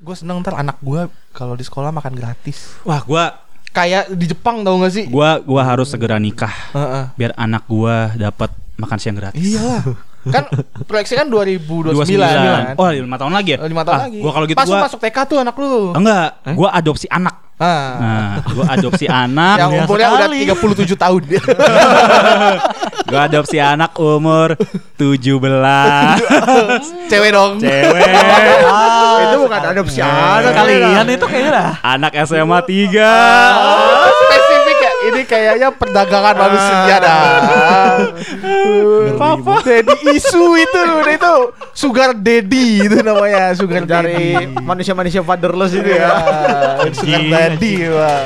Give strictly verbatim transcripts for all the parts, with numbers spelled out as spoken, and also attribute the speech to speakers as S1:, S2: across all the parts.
S1: Gue seneng ntar anak gue kalau di sekolah makan gratis.
S2: Wah, gue
S1: kayak di Jepang tau gak sih?
S2: Gue gue harus segera nikah
S1: uh-uh.
S2: biar anak gue dapat makan siang gratis.
S1: Iyalah. Kan proyeksi kan dua ribu dua puluh sembilan kan?
S2: Oh lima tahun lagi ya?
S1: lima tahun
S2: ah,
S1: lagi.
S2: Gua kalau gitu
S1: pas
S2: gua
S1: masuk T K tuh anak lu.
S2: Enggak, eh? Gua adopsi anak.
S1: Ah.
S2: Nah, gua adopsi anak
S1: yang umurnya udah tiga puluh tujuh tahun.
S2: Gua adopsi anak umur tujuh belas.
S1: Cewek dong.
S2: Cewek.
S3: Ah, itu bukan adopsi anak
S4: kalian itu kayaknya lah.
S2: Anak S M A tiga.
S1: Oh, spesifik ya. Ini kayaknya perdagangan manusia dah. Papa daddy isu itu, itu sugar daddy itu namanya, sugar
S3: dari
S1: daddy.
S3: manusia-manusia fatherless itu ya.
S1: Sugar daddy, Bang.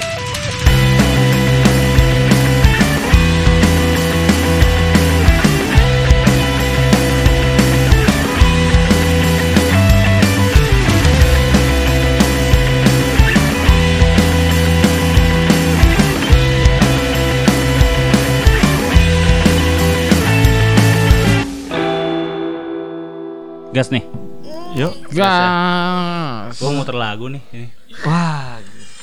S2: Gas nih.
S4: Yuk.
S1: Gas.
S2: Gua muter lagu nih ini.
S4: Wah.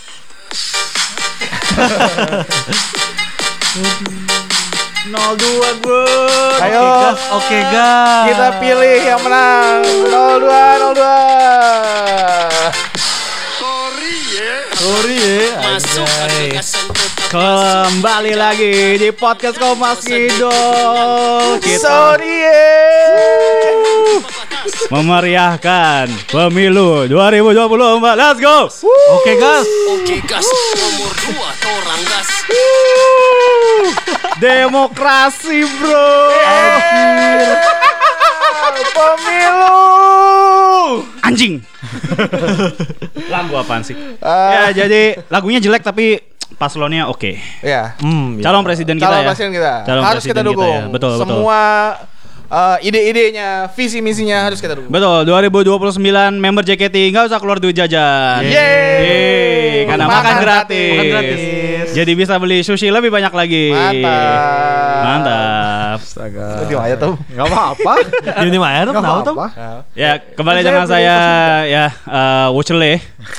S2: nol dua bro.
S1: Ayo.
S4: Oke gas, oke gas.
S1: Kita pilih yang menang. nol dua nol dua.
S4: Sorry ya.
S5: Masuk
S4: Anjay.
S2: Kembali lagi di podcast Kompas Kidul. Kita
S1: Sorry.
S2: memeriahkan pemilu dua ribu dua puluh empat. Let's go.
S4: Oke gas.
S5: Oke gas, nomor dua orang gas.
S2: Demokrasi bro.
S1: Pemilu.
S2: Anjing. Lagu apaan sih?
S1: Ah.
S2: Ya jadi lagunya jelek tapi paslonnya oke.
S1: Ya.
S4: Hmm, ya.
S2: Calon presiden kita
S1: Calon
S2: ya.
S1: presiden kita
S2: Calon
S1: harus
S2: presiden
S1: kita dukung.
S2: kita ya. Betul, betul.
S1: Semua uh, ide-idenya, visi misinya harus kita dukung.
S2: Betul, dua ribu dua puluh sembilan member J K T nggak usah keluar duit jajan.
S1: Yeay.
S2: Yeay, karena makan,
S1: Makan
S2: gratis.
S1: gratis.
S4: Makan gratis.
S2: Jadi bisa beli sushi lebih banyak lagi.
S1: Mantap.
S2: Mantap.
S3: Astaga.
S1: Itu aja tuh.
S3: Enggak apa-apa.
S4: Ini mah ya,
S3: Enggak
S4: tahu tuh.
S3: apa-apa.
S2: Ya, kembali
S3: Saya
S2: dengan
S3: beli
S2: saya ya uh, Wucele.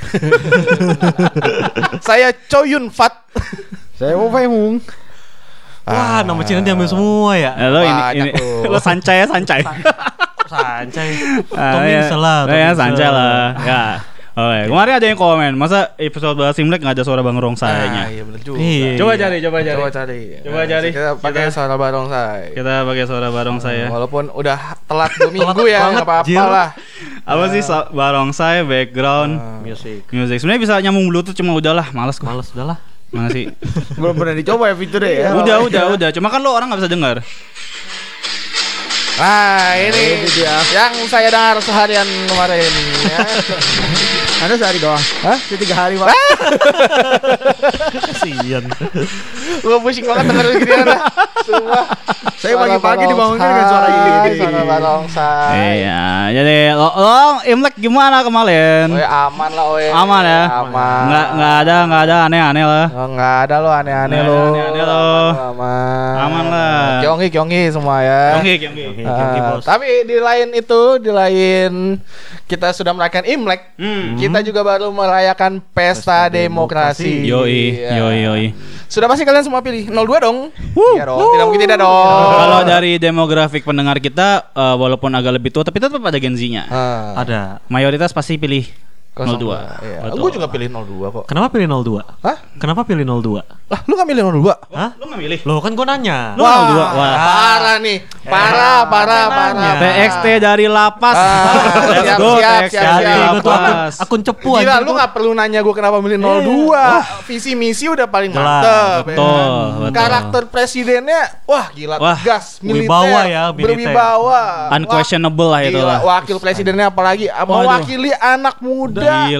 S1: Saya Choyun Fat.
S3: Saya mau Faimung.
S4: Wah, nama Cina diambil semua ya.
S2: Eh, lo ini,
S1: Banyak
S2: ini
S1: lo.
S2: lo sancai ya sancai.
S4: Sancai.
S2: Ah,
S4: Tommy
S2: ya.
S4: salah.
S2: Ya, sancai lah. Ya. Oke, kemarin ada yang komen, masa episode bahas Imlek nggak ada suara Bang Rongsainya?
S1: Ah, iya benar juga.
S4: Iya.
S2: Coba cari, coba cari.
S1: Coba cari.
S2: Coba
S1: Nah,
S2: cari.
S1: Kita pakai
S2: Kita-
S1: suara barongsai.
S2: Kita pakai suara Barongsai ya.
S1: Walaupun udah telat dua minggu ya,
S4: banget,
S1: nggak apa-apa
S4: Jil.
S1: lah.
S2: Apa sih so- Barongsai background
S3: Music.
S2: music? Sebenarnya bisa nyambung Bluetooth cuma udahlah, males gua.
S4: Males udahlah.
S2: Mana sih?
S3: Belum pernah dicoba ya fiturnya ya.
S2: Udah, udah, udah. Cuma kan lo orang nggak bisa dengar.
S1: Nah ini
S3: Ini dia.
S1: yang saya dengar seharian kemarin ya.
S3: Anda sehari doang. Hah? Itu tiga hari, Pak.
S4: Kasian.
S1: Gue pusing banget denger gitu ya. Sumpah.
S3: Saya pagi-pagi dibangunkan dengan suara ini.
S1: Suara barongsai.
S2: Iya, jadi lo, lo Imlek gimana kemarin?
S1: Oe aman lah oe.
S2: Aman ya?
S1: Aman.
S2: Nggak, nggak ada, nggak ada aneh-aneh lah.
S1: Oh, nggak ada lo aneh-aneh
S2: Nggak
S1: lo.
S2: ada aneh-aneh lo.
S1: Aman.
S2: Aman lah.
S1: Kyonggi kyonggi semua ya.
S2: Yonggi, Yonggi.
S4: Kyonggi,
S1: Ah,
S4: bos.
S1: tapi di lain itu, di lain kita sudah merayakan Imlek,
S2: Hmm.
S1: kita juga baru merayakan Pesta, Demokrasi.
S2: Yoi,
S1: Iya.
S2: yoi, yoi.
S1: Sudah pasti kalian semua pilih nol dua dong? Iya dong. Tidak mungkin tidak dong.
S2: Kalau dari demografik pendengar kita, eh, walaupun agak lebih tua, tapi tetap ada Gen Z-nya.
S1: Ah,
S4: Ada.
S2: Mayoritas pasti pilih nol dua.
S1: Iya.
S2: Betul.
S1: Gue juga pilih nol dua kok.
S4: Kenapa pilih nol dua?
S1: Hah?
S4: Kenapa pilih nol dua?
S1: Lah, lu gak milih nol dua?
S4: Hah?
S2: Lu nggak milih?
S4: Loh kan gue nanya.
S2: Lu nol dua. Wah.
S1: Parah nih. Parah, parah, parah.
S2: T X T dari lapas.
S1: Ah,
S2: Let's
S1: siap,
S2: go
S1: siap,
S2: T X T
S1: siap,
S2: dari
S1: siap.
S4: Gue tuh akun,
S2: lapas.
S4: akun cepu
S1: Gila,
S4: anjir
S1: lu
S4: gua.
S1: gak perlu nanya gue kenapa milih nol dua. Visi misi udah paling
S4: Jelas,
S1: mantep. ya
S2: betul,
S1: kan?
S2: betul.
S1: Karakter presidennya, wah gila,
S2: Wah,
S1: tegas, militer,
S4: wibawa ya, militer.
S1: berwibawa.
S2: Unquestionable lah itu
S1: Gila,
S2: lah.
S1: wakil presidennya apalagi mewakili anak muda.
S2: Gila.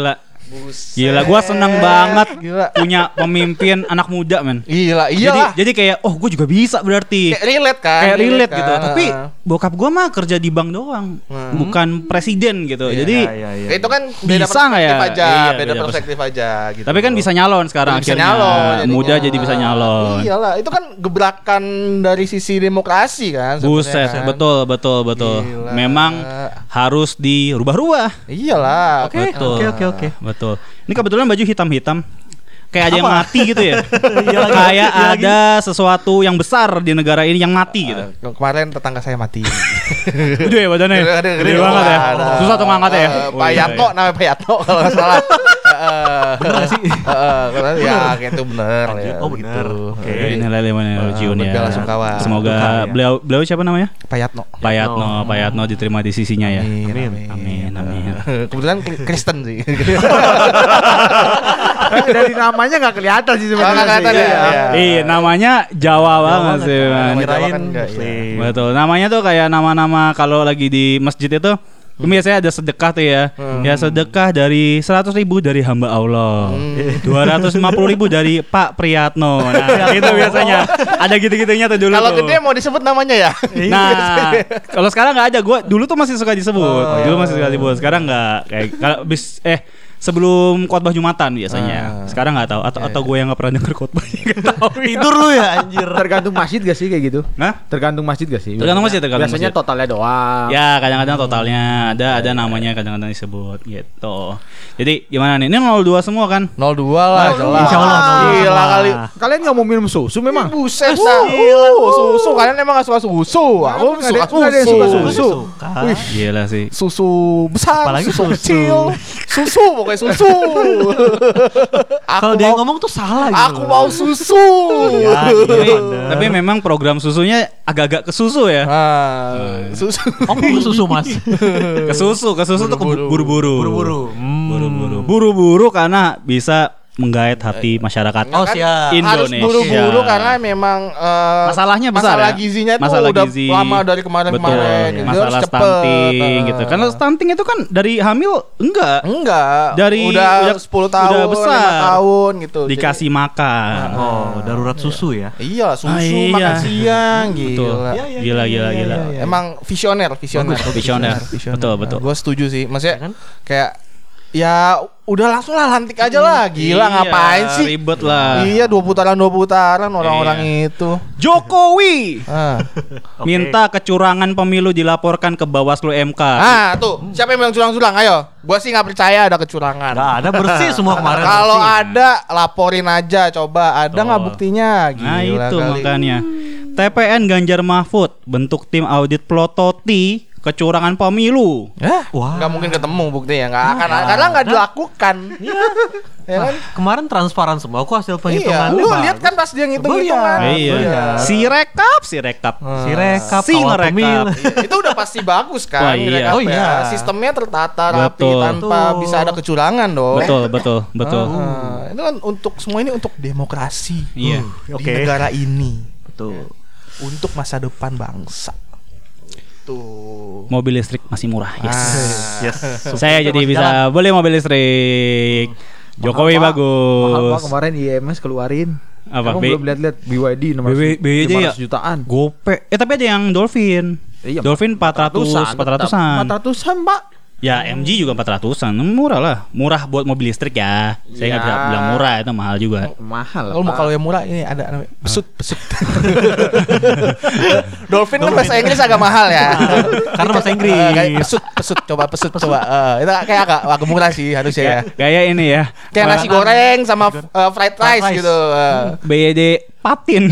S1: Buset.
S2: Gila, gua seneng banget
S1: Gila.
S2: punya pemimpin anak muda, men.
S1: Gila,
S2: Jadi
S1: iyalah.
S2: jadi kayak oh gue juga bisa berarti.
S1: Kayak relate kan?
S2: Kayak relate
S1: kan?
S2: gitu. Tapi
S1: Heeh.
S2: bokap gua mah kerja di bank doang,
S1: Hmm.
S2: bukan presiden gitu.
S1: Iya,
S2: Jadi
S4: iya, iya.
S1: itu kan beda
S2: Bisa nggak
S1: perspektif
S2: ya?
S1: aja,
S2: Iya,
S1: beda,
S2: beda
S1: perspektif aja gitu.
S2: tapi kan bisa nyalon sekarang
S1: Bisa
S2: akhirnya.
S1: nyalon jadinya.
S2: Muda jadi bisa nyalon.
S1: Iyalah, itu kan gebrakan dari sisi demokrasi kan. sebenarnya
S2: Buset,
S1: kan.
S2: betul betul betul.
S1: Gila.
S2: Memang harus dirubah-rubah.
S1: Iyalah.
S4: Oke,
S2: Betul.
S4: oke, oke, oke.
S2: Betul. Ini kebetulan baju hitam-hitam. Kayak ada yang mati gitu ya.
S4: Iya lagi,
S2: Kayak
S4: iya lagi.
S2: ada sesuatu yang besar di negara ini yang mati gitu.
S1: Eh, kemarin tetangga saya mati.
S2: Gede ya badannya.
S1: Gede, gede,
S2: Gede
S1: gede
S2: banget ya.
S1: banget.
S2: Susah tuh ngangkatnya ya.
S1: Eh,
S2: Oh,
S1: Pak
S2: iya,
S1: Yatno, namanya Pak Yatno kalau nggak salah. Heeh.
S4: Bener gak sih?
S1: Heeh, karena ya kayak itu bener ya.
S4: Oh, bener.
S1: gitu.
S4: Oke.
S1: Jadi,
S2: Ini lele mana Jun ya.
S1: berbela sungkawa.
S2: Semoga
S4: Duka, ya.
S2: beliau beliau siapa namanya?
S1: Pak Yatno.
S2: Pak Yatno, Pak Yatno diterima di sisinya ya.
S1: Amin,
S2: Amin, amin.
S1: Kebetulan Kristen sih.
S3: Dari namanya nggak kelihatan sih
S1: Oh,
S3: sebenarnya.
S1: nggak kelihatan
S3: sih.
S1: ya?
S3: Iya.
S1: Iya.
S2: Iya, namanya Jawa banget sih,
S1: Nama
S2: man.
S1: Jawa
S4: Kirain
S1: kan enggak, iya.
S4: muslim.
S2: Betul. Namanya tuh kayak nama-nama kalau lagi di masjid itu biasanya ada sedekah tuh ya. Ya sedekah dari seratus ribu dari hamba Allah. dua ratus lima puluh ribu dari Pak Priyatno. Nah, itu biasanya. Ada gitu-gitunya tuh dulu.
S1: Kalau
S2: tuh.
S1: gede mau disebut namanya ya?
S2: Nah, kalau sekarang nggak ada. Gua dulu tuh masih suka disebut.
S1: Oh,
S2: dulu masih suka disebut. Sekarang nggak. Kayak kalau bis eh sebelum khotbah Jumatan biasanya.
S1: Ah.
S2: Sekarang nggak tahu. Atau atau gue yang nggak pernah denger khotbah. Nggak tahu.
S4: Tidur lu ya anjir.
S3: Tergantung masjid gak sih kayak gitu?
S2: Nah,
S3: Tergantung masjid gak sih?
S2: Tergantung masjid, tergantung
S3: Biasanya
S2: masjid.
S3: totalnya doang.
S2: ya kadang-kadang totalnya ada ada namanya kadang-kadang disebut gitu. Jadi gimana nih? Ini nol dua semua kan?
S1: nol dua lah, jelas.
S4: Insya Allah nol dua
S1: Gila
S4: semua.
S1: kali.
S3: Kalian nggak mau minum susu memang?
S1: Buset dah. Uh, susu kalian emang gak suka susu. Aku
S3: Nggak ada-
S1: suka
S3: nggak ada yang suka
S1: susu.
S3: susu.
S4: Suka.
S1: Wih,
S2: Gila sih.
S1: susu besar,
S4: Apalagi
S1: susu
S4: susu.
S1: kecil, susu pokoknya susu. Aku
S4: Kalau dia
S1: mau-
S4: ngomong tuh salah gitu.
S1: Aku mau susu.
S4: Ya, iya,
S2: Tapi,
S4: bener.
S2: tapi memang program susunya agak-agak ke susu ya.
S1: Ah, susu.
S4: Oh, kok susu mas.
S2: Ke susu, ke susu tuh ke bu- buru-buru.
S4: Buru-buru. Hmm.
S2: Buru-buru. Buru-buru karena bisa menggait hati masyarakat.
S4: Oh,
S1: Kan
S4: siap.
S1: harus
S2: Indonesia.
S1: buru-buru karena memang eh,
S2: Masalahnya besar
S1: masalah
S2: ya?
S1: gizinya tuh
S2: Masalah
S1: udah
S2: gizi.
S1: lama dari kemarin-kemarin.
S2: Betul.
S1: gitu.
S2: Masalah
S1: Harus cepet.
S2: stunting
S1: Eh.
S2: gitu. Karena stunting itu kan dari hamil enggak
S1: Enggak.
S2: Dari-
S1: udah,
S2: udah-
S1: sepuluh tahun,
S2: udah besar.
S1: lima tahun gitu.
S2: dikasih makan.
S4: Oh, darurat susu ya.
S1: Jadi, iya, susu
S2: Ah, iya.
S1: makan siang
S2: Betul.
S1: gila.
S2: Gila gila gila.
S1: Emang visioner, visioner.
S2: Visioner. Betul, betul.
S1: Gue setuju sih. Maksudnya
S4: Ya kan?
S1: kayak ya udah langsung lah lantik aja lah. Gila
S2: Iya,
S1: ngapain sih?
S2: Ribet lah.
S1: Iya, dua putaran dua putaran orang-orang
S2: Iya.
S1: itu.
S2: Jokowi
S1: Ah.
S4: Oke.
S2: minta kecurangan pemilu dilaporkan ke Bawaslu M K.
S1: Ah, tuh. Siapa yang bilang curang-curang? Ayo. Gua sih nggak percaya ada kecurangan.
S4: Nggak ada, bersih semua kemarin.
S1: Kalau
S4: bersih.
S1: ada laporin aja coba. Ada nggak
S2: Betul.
S1: buktinya? Gila
S2: Nah itu
S1: kali.
S2: makanya T P N Ganjar Mahfud bentuk tim audit Plototi kecurangan pemilu.
S1: Hah?
S4: Wah.
S1: Nggak mungkin ketemu buktinya. Nggak akan. Karena nggak dilakukan. Ya kan?
S4: Kemarin transparan semua kok hasil
S1: Iya.
S4: penghitungannya.
S1: Lu
S4: bagus.
S1: lihat kan pas dia ngitung
S4: Gua
S1: hitungan.
S4: lihat.
S2: Iya. Si rekap, si rekap.
S4: Si rekap,
S2: Si
S4: kawal
S2: ngerekap.
S4: pemilu.
S1: Itu udah pasti bagus kan.
S2: Wah, iya.
S1: Rekap
S4: Oh,
S1: ya.
S4: iya.
S1: Sistemnya tertata rapi
S2: Betul.
S1: tanpa
S4: Betul.
S1: bisa ada kecurangan dong.
S2: Betul, betul, betul.
S1: Ah, itu kan untuk semua ini untuk demokrasi.
S2: Iya.
S1: Di
S4: Oke.
S1: negara ini.
S4: Betul.
S1: Untuk masa depan bangsa. Tuh.
S2: Mobil listrik masih murah. Yes.
S1: Ah.
S4: Yes.
S2: Saya jadi
S4: Masih
S2: bisa
S4: jalan.
S2: boleh mobil listrik. Jokowi
S3: Mahal, Pak. Mahal Pak,
S2: bagus.
S3: kemarin I M S keluarin.
S2: Apa,
S3: Aku
S2: B-
S3: belum lihat-lihat B Y D enam ratus
S2: B Y D ya?
S3: lima ratus jutaan.
S2: Gope. Eh tapi ada yang Dolphin.
S3: Iya,
S2: Dolphin empat ratus, empat ratusan.
S3: empat ratusan, Pak.
S2: Ya M G juga empat ratusan. Murah lah. Murah buat mobil listrik ya. Saya nggak
S3: Ya.
S2: bisa bilang murah, itu mahal juga.
S3: Mahal lah,
S1: Kalau mau
S3: Pak.
S1: kalau yang murah ini ada namanya pesut pesut. Dolphin kan bahasa Inggris agak mahal ya.
S4: Karena bahasa Inggris.
S1: Eh, kayak pesut pesut coba pesut coba. Eh, itu kayak agak agak murah sih harusnya ya.
S2: Kayak ini ya.
S1: Kayak nasi goreng sama eh, fried rice
S4: rice.
S1: gitu. eh.
S2: B Y D patin.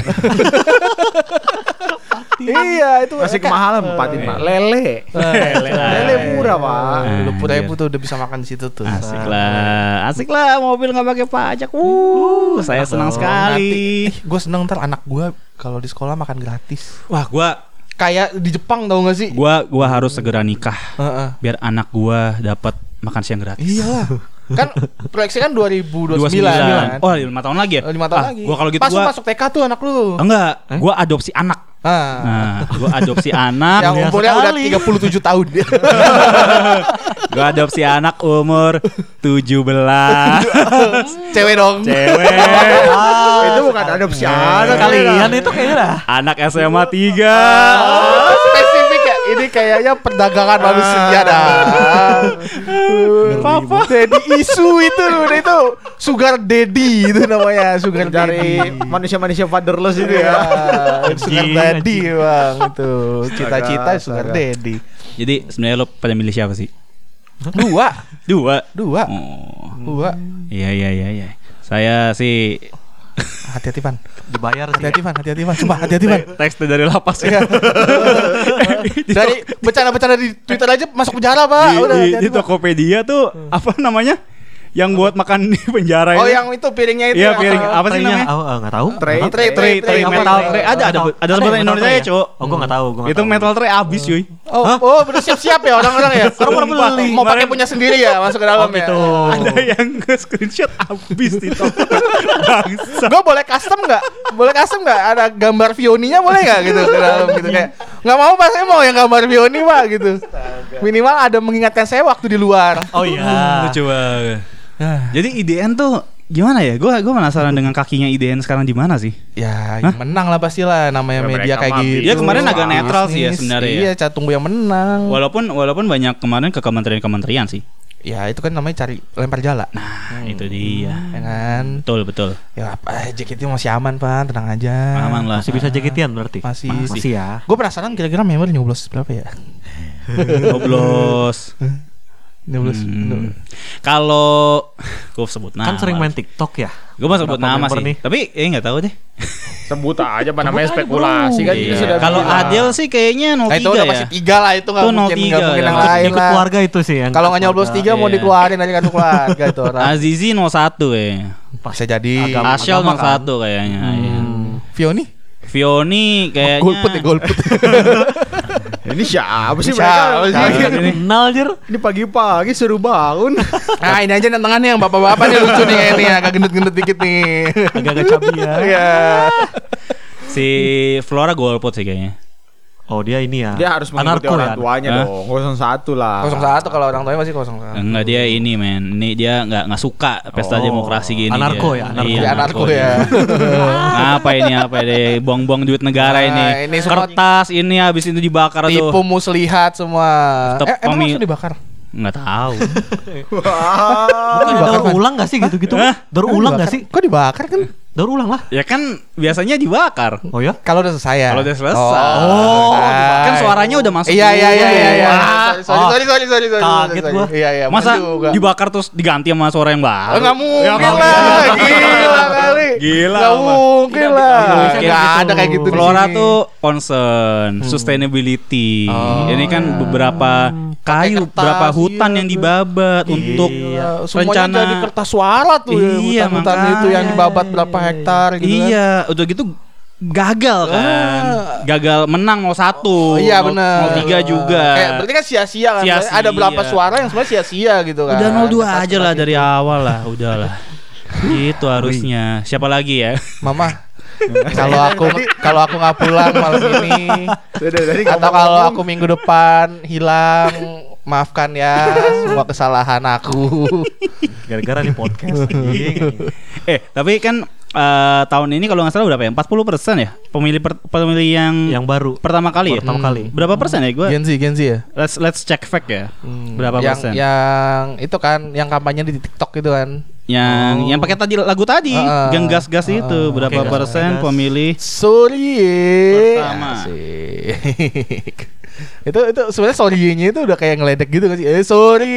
S1: Iya itu
S3: Masih kemahalan patin, Pak. Lele.
S2: Lele.
S3: Lele murah, Pak.
S1: Dua puluh ribu tuh udah bisa makan di situ tuh.
S2: Asik lah. Asik lah mobil nggak pakai pajak. Uh, saya senang sekali.
S1: Gue seneng ntar anak gue kalau di sekolah makan gratis.
S2: Wah, gua
S1: Kayak di Jepang tau gak sih?
S2: gua gua harus segera nikah
S1: Heeh.
S2: biar anak gua dapat makan siang gratis.
S1: Iya. Kan proyeksi kan dua ribu dua
S2: dua
S1: puluh
S2: puluh
S1: sembilan.
S2: sembilan. Oh, lima tahun lagi ya?
S1: lima tahun
S2: Ah,
S1: lagi.
S2: Gua kalau gitu
S1: Pas lu
S2: gua
S1: masuk T K tuh anak lu.
S2: enggak, gua adopsi anak.
S3: Ah.
S2: Nah, gue adopsi anak.
S3: Yang
S4: mulia
S3: umurnya udah
S4: sekali.
S3: tiga puluh tujuh tahun dia.
S2: Gue adopsi anak umur tujuh belas.
S3: Cewek dong.
S2: Cewek.
S3: Itu bukan adopsi anak
S4: Kalian itu kayaknya lah.
S2: Anak S M A tiga.
S3: Oh, spesifik ya. Ini kayaknya perdagangan manusia dah.
S1: Papa Daddy isu itu, itu sugar daddy itu namanya, sugar
S3: Dari
S1: daddy.
S3: manusia-manusia fatherless itu
S1: Ya,
S3: ya.
S1: sugar
S4: Anjing,
S1: daddy bang itu cita-cita
S3: Astaga,
S1: sugar
S3: astaga.
S1: daddy.
S2: Jadi sebenarnya lo pada milih siapa sih?
S1: Dua,
S2: Dua.
S1: dua,
S2: Oh.
S1: dua.
S2: Iya iya iya iya. Saya sih
S1: Hati-hati Van,
S4: Dibayar sih.
S1: hati-hati Van, hati-hati Van, sumpah hati-hati Van.
S2: teks dari lapas ya.
S1: Dari bercanda-bercanda di Twitter aja masuk penjara pak.
S2: Di,
S1: Udah
S2: di,
S1: hati-hati,
S2: di
S1: Pak.
S2: Tokopedia tuh apa namanya? Yang buat makan di penjara
S3: Oh
S2: itu.
S3: yang itu piringnya itu.
S2: Iya
S3: ya?
S2: piring apa sih
S4: Traynya,
S2: namanya?
S4: oh, oh, nggak tahu.
S3: Tray,
S4: Nggak tahu.
S3: tray,
S2: Tray, tray,
S3: apa?
S2: metal
S3: Tray.
S2: tray. Ada ada
S4: Nggak tahu.
S2: ada sebutan
S4: yang metal
S2: Indonesia
S4: tray
S2: ya,
S4: ya?
S2: Cok.
S4: Oh, gue nggak tahu. Gua nggak
S2: Itu
S4: tahu.
S2: metal tray habis cuy.
S3: Oh, oh bersiap-siap ya orang-orang ya. Orang
S2: Sumpah.
S3: beli. Mau pakai
S2: Kemarin-
S3: punya sendiri ya masuk ke dalam
S4: Oh,
S3: ya.
S4: gitu.
S2: Ada yang nge-screenshot habis itu. Bangsa.
S3: Gue boleh custom nggak? Boleh custom nggak? Ada gambar Vioninya boleh nggak gitu ke dalam gitu kayak nggak mau pak saya mau yang gambar Vioni pak gitu. Minimal ada mengingatkan saya waktu di luar.
S4: Oh iya.
S2: Lucu banget. Jadi I D N tuh gimana ya? Gue gue penasaran dengan kakinya I D N sekarang di mana sih?
S1: Ya, yang menang lah pastilah namanya
S3: Ya,
S1: media
S3: mereka
S1: kayak
S3: mah
S1: gitu.
S2: Dia kemarin agak netral sih ya
S1: Bisnis.
S2: sebenarnya ya.
S1: Iya, saya tunggu yang menang.
S2: Walaupun walaupun banyak kemarin ke kementerian-kementerian sih.
S1: Ya itu kan namanya cari lempar jala.
S2: Nah, itu dia.
S1: Ya kan.
S2: Betul betul.
S1: Ya apa J K T masih aman Pan, tenang aja.
S2: Aman lah.
S4: Masih bisa jaketian berarti.
S1: Masih.
S4: Masih ya.
S1: Gue penasaran kira-kira member nyoblos berapa ya?
S2: Ngoblos.
S1: Nyoblos.
S2: Hmm. Kalau gue sebut nama.
S4: Kan sering main TikTok ya.
S2: Gue mau sebut
S4: Berapa
S2: nama
S4: member
S2: sih.
S4: nih?
S2: Tapi eh nggak tahu deh.
S3: Sebut aja apa namanya spekulasi kan
S2: Iya.
S3: kita sudah
S2: Kalau
S3: bilang.
S2: Adel sih kayaknya nol
S1: Nah itu
S2: tiga
S1: udah
S2: ya.
S1: pasti tiga lah itu nggak
S2: Itu
S1: mungkin
S2: nol
S1: nggak
S2: tiga
S1: mungkin
S2: ya.
S1: yang
S2: Ikut-
S1: lain
S4: Ikut
S1: lah.
S4: keluarga itu sih yang.
S1: Kalau nggak nyoblos tiga mau
S2: Iya.
S1: dikeluarin aja kan keluarga itu orang.
S2: Azizi nol satu ya.
S1: Bisa jadi.
S4: Agama-
S2: Asyal
S4: agama
S2: nol
S4: kan?
S2: satu kayaknya. iya.
S1: Vioni?
S2: Vioni kayaknya.
S1: Golput ya golput.
S3: Ini siapa sih
S1: Siapa
S3: mereka?
S1: sih?
S3: Ini,
S4: Kenal Jir.
S3: ini pagi-pagi suruh bangun.
S1: Nah ini aja tangannya yang bapak-bapak nih lucu nih kayak ini agak gendut-gendut dikit nih.
S4: Agak-agak cabi ya.
S1: Iya.
S2: Si Flora golput sih kayaknya.
S4: Oh dia ini ya.
S3: Dia harus mengikuti
S4: Anarko
S3: orang
S4: ya?
S3: tuanya
S2: Hah?
S3: dong. Kosong satu lah.
S1: Kosong satu kalau orang tuanya masih kosong satu.
S2: Enggak dia ini men. Ini dia nggak nggak suka pesta
S3: Oh.
S2: demokrasi gini.
S4: Anarko
S2: dia.
S4: ya, anarko.
S2: Iya,
S1: Dia anarko
S2: dia.
S1: ya.
S2: Apa ini apa deh buang-buang duit negara
S1: Nah,
S2: ini.
S1: ini semua
S2: Kertas ini habis itu dibakar
S1: Tipu
S2: tuh.
S1: muslihat semua.
S2: Tetep
S1: Eh, emang
S2: pemi-
S1: langsung dibakar?
S2: Nggak tahu.
S4: Bukan
S1: dibakar,
S4: daur
S1: Pak?
S4: ulang gak sih gitu-gitu?
S2: Hah?
S4: Daur
S1: Emang
S4: ulang
S1: dibakar?
S4: gak sih?
S1: Kok dibakar kan?
S4: Daur ulang lah.
S2: Ya kan biasanya dibakar.
S4: Oh ya?
S1: Kalau udah selesai ya.
S2: Kalau udah selesai.
S1: Oh,
S2: Kan suaranya udah masuk.
S1: Iya iya iya iya. iya.
S2: Wah.
S1: Sorry sorry sorry sorry sorry.
S4: Kaget
S1: sorry.
S4: gua.
S1: Iya iya.
S2: Masa
S1: juga.
S2: dibakar terus diganti sama suara yang baru?
S1: Oh, nggak mungkin
S2: Ya, nggak
S1: lah,
S2: mungkin.
S1: gila kali.
S2: Gila,
S1: Nggak
S2: apa?
S1: mungkin lah.
S2: mungkin
S1: Nggak
S4: gitu.
S1: ada kayak gitu. di
S2: Flora
S1: sini.
S2: tuh concern sustainability.
S1: Oh,
S2: Ini kan beberapa kayu,
S1: kertas,
S2: beberapa hutan
S1: iya
S2: yang
S1: tuh.
S2: dibabat untuk
S1: Iya, semuanya
S2: rencana
S1: jadi kertas suara tuh ya,
S2: Iya,
S1: hutan-hutan
S2: makanya.
S1: itu yang dibabat berapa hektar gitu kan.
S2: Iya, udah gitu gagal kan. Gagal menang nol satu.
S1: Oh, iya benar.
S2: nol tiga juga.
S1: Kayak berarti kan sia-sia kan.
S2: Sia-sia.
S1: Ada berapa suara yang sebenarnya sia-sia gitu kan.
S2: Udah nol dua
S1: Kertas
S2: aja lah
S1: kertas
S2: dari
S1: itu.
S2: awal lah, udahlah. Gitu harusnya. Siapa lagi ya?
S1: Mama, kalau aku kalau aku nggak pulang malam ini atau kalau aku minggu depan hilang, maafkan ya semua kesalahan aku.
S4: Gara-gara nih podcast anjing.
S2: Eh, tapi kan eh, tahun ini kalau nggak salah berapa ya? empat puluh persen ya? Pemilih per- pemilih yang
S4: Yang baru.
S2: pertama kali ya?
S4: Pertama kali.
S2: Berapa persen ya? Gue
S1: Gen Z, Gen Z ya.
S2: let's let's check fact ya. Berapa
S1: yang,
S2: persen?
S1: Yang itu kan, yang kampanye di TikTok itu kan.
S2: Yang yang pakai tadi lagu tadi,
S1: Ah,
S2: yang gas-gas
S1: ah,
S2: itu berapa
S4: oke, gas-
S2: persen
S4: gas.
S2: pemilih?
S1: Sorry.
S2: Pertama.
S1: Asik. itu itu sebenarnya sorry-nya itu udah kayak ngeledek gitu kan sih. Eh sorry.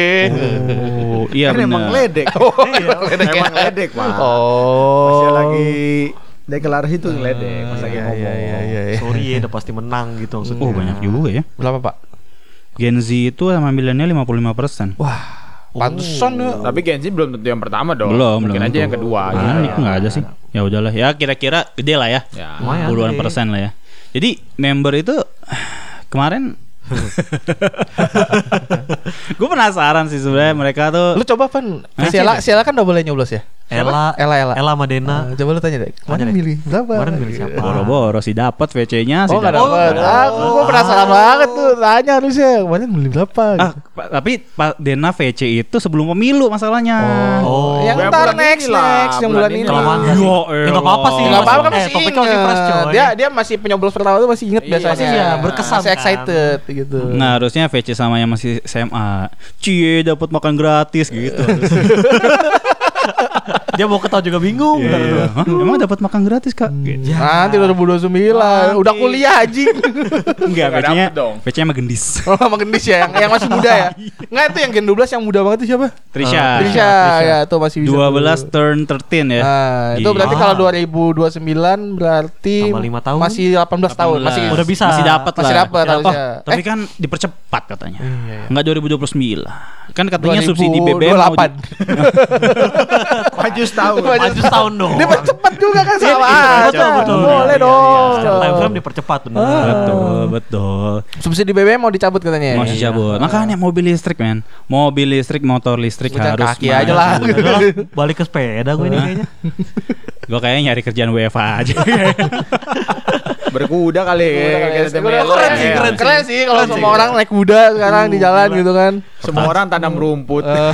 S2: Oh, iya
S3: Kan emang
S2: benar.
S3: ledek. Emang ledek, Pak.
S1: Oh.
S3: Masih lagi deklarasi itu ngeledek, pas lagi
S1: Iya,
S3: ngomong.
S1: iya, iya, iya, iya.
S4: Sorry ya udah pasti menang gitu maksudnya.
S2: Oh, banyak juga ya.
S1: Berapa, Pak?
S2: Gen Z itu sama milenial lima puluh lima persen.
S1: Wah, pantesan ya.
S3: Tapi Gen Z belum tentu yang pertama dong.
S2: Belum,
S3: Mungkin
S2: belum
S3: aja
S2: tentu.
S3: yang kedua.
S2: Ah,
S3: gitu.
S2: itu nggak ada sih. Ya udahlah, ya kira-kira gede lah ya.
S3: Ya.
S4: Lumayan
S2: Puluhan
S4: gede.
S2: persen lah ya. Jadi member itu kemarin gue penasaran sih sebenarnya mereka tuh
S1: Lu coba Pan,
S2: Hah?
S1: Siala, Siala kan udah boleh nyoblos ya?
S4: Ella,
S3: Ella, Ella.
S4: Ella Madena.
S3: Ah, coba lu tanya deh. Kemarin
S4: Tanya deh.
S3: milih berapa?
S4: Kemarin milih siapa?
S2: Boro-boro sih dapat V C-nya sih.
S3: Oh, enggak
S2: dapet.
S3: dapat. Aku gua penasaran banget tuh. Tanya harusnya kemarin milih berapa?
S2: Ah, pa- tapi Pak Dena V C itu sebelum pemilu masalahnya.
S4: Oh.
S3: yang
S6: yang
S3: ntar
S6: bulan
S3: next
S6: ini lah,
S3: next yang
S6: bulan
S3: bulan
S6: ini
S3: ini.
S4: Kelamaan
S2: Ya
S4: gak sih?
S2: elah.
S4: Ya nggak apa-apa sih.
S3: Enggak apa-apa kan
S4: Eh,
S3: masih
S4: topiknya masih fresh
S3: inget.
S4: coy.
S3: Dia dia masih penyoblos pertama tuh masih inget
S6: Iya,
S3: biasanya.
S4: iya, berkesan
S3: Masih
S4: kan.
S3: excited gitu.
S2: Nah, harusnya V C sama yang masih S M A. Cie dapat makan gratis gitu.
S4: Dia mau ketawa juga bingung.
S2: Iya. Hah? Emang dapat makan gratis, Kak? Gitu.
S3: Nanti dua ribu dua puluh sembilan udah kuliah anjing.
S2: Enggak,
S6: Nggak
S2: V C-nya
S6: dapet dong.
S2: V C-nya mah gendis.
S3: Oh, sama gendis ya yang yang masih muda ya. Enggak itu yang gen dua belas yang muda banget itu siapa?
S2: Trisha.
S3: Trisha ya itu masih bisa.
S2: dua belas
S3: tuh.
S2: turn thirteen ya.
S3: Nah, itu berarti
S4: Iya.
S3: kalau dua ribu dua puluh sembilan berarti
S4: Tambah lima tahun.
S3: masih delapan belas tahun, masih
S4: Udah bisa.
S2: Masih dapat lah.
S3: masih dapat
S2: Oh,
S3: harusnya.
S2: tapi
S3: Eh.
S2: kan dipercepat katanya.
S3: Iya, iya.
S2: Enggak dua ribu dua puluh sembilan. Kan katanya
S3: dua ribu
S2: subsidi B B M
S3: dua
S2: mau
S3: puluh delapan.
S2: di-
S6: Maju setahun.
S4: Maju setahun dong.
S3: Dia percepat juga kan sama
S4: Iya,
S3: aja.
S4: betul, betul.
S3: Boleh
S4: Iya, iya,
S3: dong.
S4: iya. Secara time frame dipercepat benar.
S2: Betul, betul.
S3: Subsidi B B M mau dicabut katanya.
S2: Mau dicabut. Makanya mobil listrik, men. Mobil listrik, motor listrik
S3: Jalan
S2: harus
S3: kaki aja lah.
S2: maju.
S4: Udah lah, balik ke sepeda gue ini kayaknya.
S2: Gue kayaknya nyari kerjaan W F H aja.
S6: Berkuda kali. Kayak kita
S3: Keren,
S6: melo.
S3: sih,
S6: Iya.
S3: keren, keren sih kalau
S4: Keren
S3: semua
S4: sih.
S3: orang naik kuda sekarang di jalan gitu kan.
S6: Semua orang tanam rumput.
S3: Eh,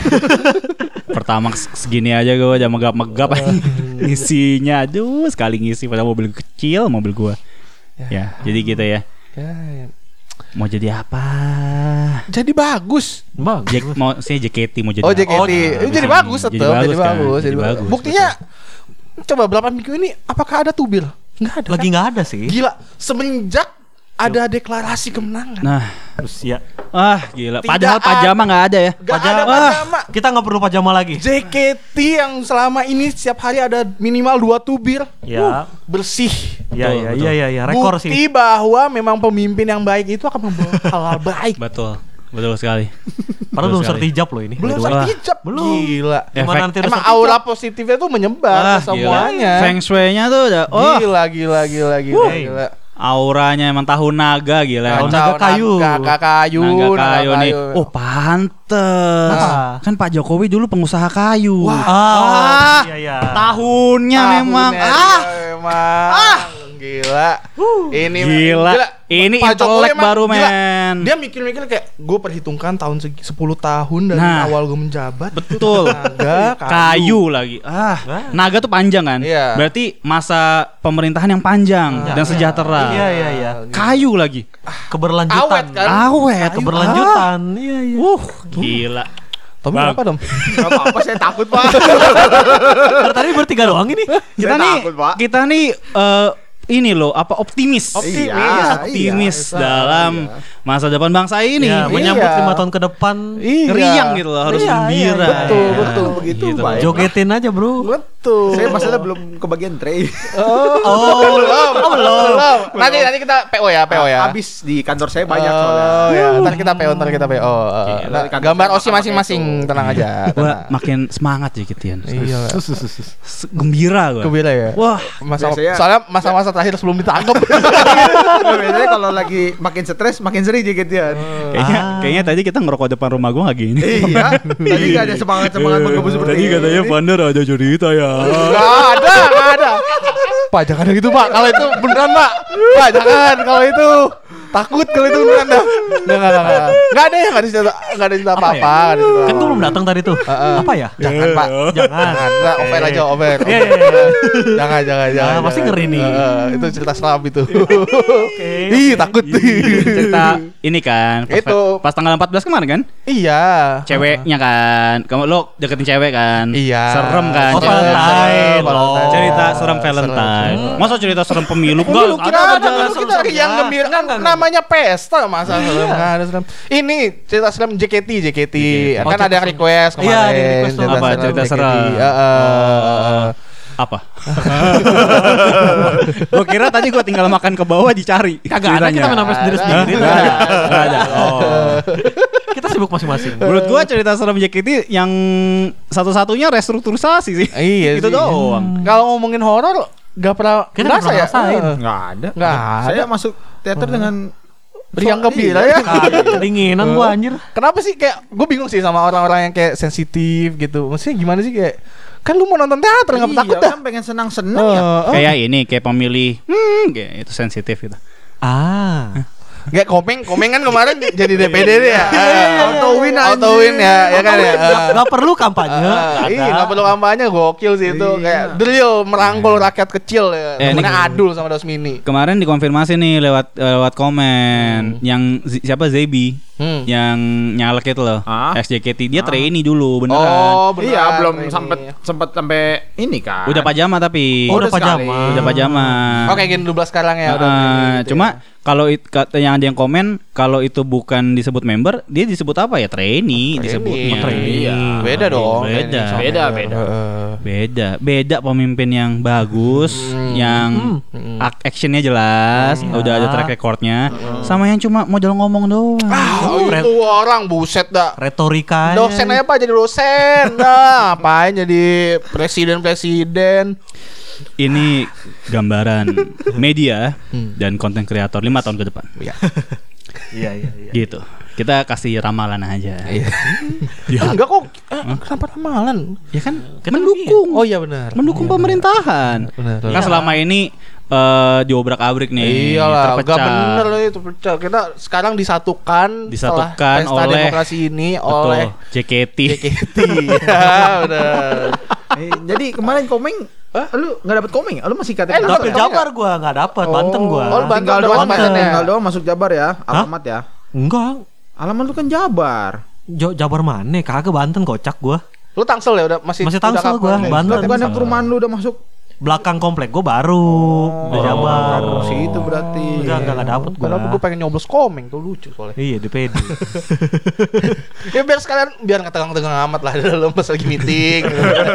S2: Pertama segini aja gue udah megap-megap ngisinya. Aduh, sekali ngisi pada mobil kecil, mobil gue. Ya, jadi gitu ya.
S3: ya, ya.
S2: Mau jadi apa?
S3: Jadi bagus.
S4: Bagus.
S2: Jack, mau saya J K T mau jadi
S3: Oh
S2: apa?
S3: J K T,
S4: Oh,
S3: jadi,
S2: jadi
S3: bagus
S2: jadi
S3: tetap,
S2: bagus
S3: jadi
S2: kan?
S3: bagus,
S2: Jadi
S3: jadi bagus.
S2: bagus,
S3: Buktinya, coba berapa minggu ini, apakah ada tubil? Nggak ada.
S4: Lagi
S3: kan?
S4: nggak ada sih.
S3: Gila, semenjak ada deklarasi kemenangan.
S2: Nah,
S4: Usia.
S2: ah gila.
S3: Tidak
S2: Padahal
S3: ada.
S2: pajama nggak ada ya.
S3: Gak
S4: Pajama.
S3: ada pajama.
S4: Kita nggak perlu pajama lagi.
S3: J K T yang selama ini setiap hari ada minimal dua tubir.
S4: Ya.
S3: Uh, bersih.
S4: Iya iya iya iya ya. Rekor
S3: Bukti
S4: sih.
S3: bahwa memang pemimpin yang baik itu akan membawa hal-hal baik.
S2: Betul. Betul sekali.
S4: Padahal belum
S2: sekali.
S4: sertijab loh ini.
S3: Belum
S4: by the way.
S3: sertijab.
S4: Belum.
S3: Gila.
S4: Gimana
S2: Efek-
S4: nanti harus
S3: Emang
S4: sertijab?
S3: aura positifnya tuh menyebar
S2: Ah,
S3: ke semuanya.
S2: gila. Feng shui-nya tuh udah oh,
S3: Gila, gila, gila, gila,
S4: Hey.
S3: gila.
S2: auranya emang tahun naga gila.
S4: Tahun
S2: Emang.
S4: naga kayu.
S3: Naga kayu.
S2: Naga kayu nih. Oh, pantes.
S4: Apa?
S2: Kan Pak Jokowi dulu pengusaha kayu.
S3: Wah.
S4: Ah, iya iya.
S2: Tahunnya memang
S3: Tahunnya
S2: ah
S3: dia memang. Ah. Gila. Ini
S2: Gila. Ini
S3: Pak Jokowi
S2: intelek
S3: emang
S2: baru,
S3: gila.
S2: men.
S3: Dia mikir-mikir kayak gue perhitungkan tahun segi- sepuluh tahun dari
S2: Nah.
S3: awal gue menjabat.
S2: betul.
S3: Naga
S2: Kayu lagi. Ah, naga tuh panjang kan?
S3: Iya.
S2: Berarti masa pemerintahan yang panjang dan sejahtera.
S4: Iya iya iya.
S2: Kayu lagi.
S4: Keberlanjutan.
S3: Awet kan?
S2: Awet.
S4: Keberlanjutan. Iya iya.
S2: Uh, gila.
S3: Tommy
S2: Bang.
S3: apa dong?
S6: Gak apa-apa, saya takut, Pak.
S4: Dari tadi bertiga doang ini.
S2: Kita
S6: Saya
S2: nih
S6: takut, Pak.
S2: kita nih eh, ini loh apa optimis.
S3: Optimis.
S6: Iya,
S2: optimis
S6: iya.
S2: dalam masa depan bangsa ini.
S4: Ya, menyambut
S3: Iya.
S4: lima tahun ke depan.
S3: Iya.
S2: Riang gitu loh, harus
S4: Iya,
S2: gembira.
S3: iya, betul,
S2: Ya.
S3: betul,
S6: begitu,
S2: Gitu.
S6: baik.
S4: Jogetin aja, Bro.
S3: Betul.
S6: Saya masalah belum kebagian tray.
S3: Oh,
S4: Oh,
S3: belum, belum. Nanti nanti kita P O ya, P O ya.
S6: Habis di kantor saya banyak
S3: Oh
S6: soalnya.
S3: ya, ntar kita P O, ntar kita P O.
S6: Iya,
S3: Nah,
S6: kan
S3: gambar
S6: kita
S3: Osi
S6: pakai
S3: masing-masing,
S6: itu.
S3: tenang aja.
S2: Gua
S3: tenang.
S2: makin semangat ya Kitian.
S3: Iya.
S2: S- Gembira gua.
S3: Kebira ya.
S2: Wah,
S3: Masa,
S6: Biasanya-
S3: soalnya masa-masa terakhir sebelum ditangkap.
S6: Biasanya kalau lagi makin stres makin sering jeketian.
S2: kayaknya kayaknya tadi kita ngerokok depan rumah gua nggak gini.
S6: Iya. Tadi gak ada semangat-semangat menggebu seperti
S2: Tadi
S6: ini.
S2: katanya Pandar ada cerita ya.
S3: Gak ada, gak ada. Pak jangan gitu Pak, kalau itu beneran Pak. Pak jangan kalau itu. Takut kalau itu beneran dah. Nggak, nggak, nggak, nggak. Nggak ada ya, nggak ada cerita, nggak ada cerita
S4: Apa
S3: apa-apa.
S4: ya?
S3: nggak ada cerita
S4: Kan
S3: apa-apa.
S4: gue belum datang tadi tuh.
S3: Heeh.
S4: Apa ya?
S3: Jangan Pak,
S4: Jangan.
S3: Nggak, over aja, over.
S4: Iya, iya, iya.
S3: Jangan, jangan, jangan.
S4: Ah, pasti
S3: jangan.
S4: ngeri nih.
S3: Heeh, itu cerita seram itu.
S4: Oke.
S3: Ih, takut.
S2: Cerita ini kan pas,
S3: Itu.
S2: pas tanggal empat belas kemarin kan?
S3: Iya.
S2: Ceweknya kan. Kamu lo deketin cewek kan?
S3: Iya.
S2: Serem kan?
S4: Oh,
S2: cerita.
S4: Valentine.
S3: Valentine.
S4: Oh.
S2: Cerita serem Valentine. Masa cerita serem pemilu?
S3: Dulu
S2: Enggak,
S3: kita
S2: ada
S3: ada,
S2: aja
S3: dulu kita
S4: serem-seremnya.
S3: yang gembira kan
S4: Enggak, enggak,
S3: namanya pesta masa serem nggak ada serem. Ini cerita serem J K T J K T
S4: Oh,
S3: kan
S4: cerita
S3: ada yang
S4: serem.
S3: request
S4: Iya,
S3: kemarin.
S4: ada yang request tuh.
S2: Apa, cerita
S3: J K T.
S2: serem?
S3: Heeh.
S2: apa? Gua kira tadi gua tinggal makan ke bawah dicari.
S4: Kagak ada, kita main sampai sendiri-sendiri.
S3: Nggak ada.
S2: Nggak ada. Oh.
S4: Kita sibuk masing-masing.
S2: Menurut gua cerita serem J K T yang satu-satunya restrukturisasi sih.
S3: Iya
S2: Itu
S3: sih.
S2: doang.
S3: Kalau ngomongin horor gak pernah
S4: Kita nggak
S3: berasa
S4: pernah
S3: ya?
S4: ngerasain.
S3: Heeh.
S6: Nggak ada.
S3: Nggak ada.
S6: Saya masuk teater dengan
S3: Beriangka bila ya.
S4: Kedinginan gua anjir.
S3: Kenapa sih kayak gue bingung sih sama orang-orang yang kayak sensitif gitu. Maksudnya gimana sih kayak kan lu mau nonton teater nggak
S6: Iya,
S3: takut dah.
S6: kan pengen senang-senang ya.
S3: Oh, oh.
S2: Kayak ini kayak pemilih hmm kayak itu sensitif gitu.
S4: Ah.
S3: Kayak komeng, komeng kan kemarin jadi D P D deh ya.
S6: Auto win
S3: Auto win ya, ya kan ya.
S4: Gak, gak perlu kampanye.
S3: Ah, iya nggak perlu kampanye, gokil sih itu kayak drill merangkul rakyat kecil ya.
S2: Eh, ini-
S3: Namanya Adul sama Dos Mini.
S2: Kemarin dikonfirmasi nih lewat lewat komen yang Z- siapa Zebi
S3: Hmm.
S2: yang nyalek itu loh
S6: Ah.
S2: X J K T dia trainee dulu beneran.
S3: Oh, benar.
S6: Iya, belum
S3: ini.
S6: sempet sempet sampai ini kan.
S2: Udah pajama tapi
S4: Oh, udah
S6: sekali.
S4: pajama.
S2: udah pajama.
S3: Oh, kayak Gen dua belas sekarang ya udah.
S2: Ah,
S3: gitu
S2: cuma
S3: ya.
S2: kalau it, kata yang ada yang komen kalau itu bukan disebut member, dia disebut apa ya? Trainee disebutnya.
S3: Trainee.
S6: Iya.
S3: Beda dong.
S2: Beda.
S3: Trainee sama
S6: Beda,
S3: member.
S6: beda.
S3: Heeh.
S2: Beda, beda pemimpin yang bagus, yang ak- actionnya jelas, udah ada track recordnya, sama yang cuma modal ngomong doang.
S3: Ah, itu orang buset dah.
S4: Retorika.
S3: Dosen aja Pak jadi dosen. Nah, apain jadi presiden-presiden.
S2: Ini gambaran media dan konten kreator lima tahun ke depan.
S3: Iya.
S4: Iya iya iya.
S2: Gitu. Kita kasih ramalan aja.
S3: Iya.
S2: Ya,
S3: Enggak kok. Eh, kenapa ramalan?
S2: ya kan mendukung,
S3: Oh iya benar.
S2: mendukung pemerintahan.
S3: Benar.
S2: Kan selama ini eh diobrak-abrik nih,
S3: Iyalah,
S2: terpecah.
S3: enggak bener loh itu pecah. Kita sekarang disatukan
S2: Disatukan
S3: setelah pesta
S2: oleh-
S3: demokrasi ini
S2: Betul,
S3: oleh
S2: J K T.
S3: J K T. Ya, benar.
S6: Eh, jadi kemarin komeng, lu nggak dapet komeng? Lu masih K T P
S3: Eh, lu
S4: Dapil
S3: dapet
S4: Jabar gua nggak dapat, Banten gua.
S3: Oh, lu Banten
S6: tinggal
S3: udah
S6: doang,
S3: masuk Banten ya?
S6: tinggal doang masuk Jabar ya, alamat ya.
S4: Enggak.
S6: Alamat lu kan Jabar.
S4: Jo- Jabar mana? Kagak Banten kocak gua.
S3: Lu Tangsel ya udah masih
S4: Masih
S3: udah
S4: Tangsel
S3: kapan
S4: gua,
S3: nih?
S4: Banten.
S6: Bukan yang perumahan lu udah masuk.
S4: Belakang komplek gua baru di Jabar.
S6: Oh, situ berarti.
S4: Enggak enggak enggak dapet gua.
S3: Kenapa gue pengen nyoblos komeng tuh lucu soalnya.
S4: Iya, D P D.
S3: Ya biar sekalian biar nggak tegang-tegang amat lah dalam pas lagi meeting.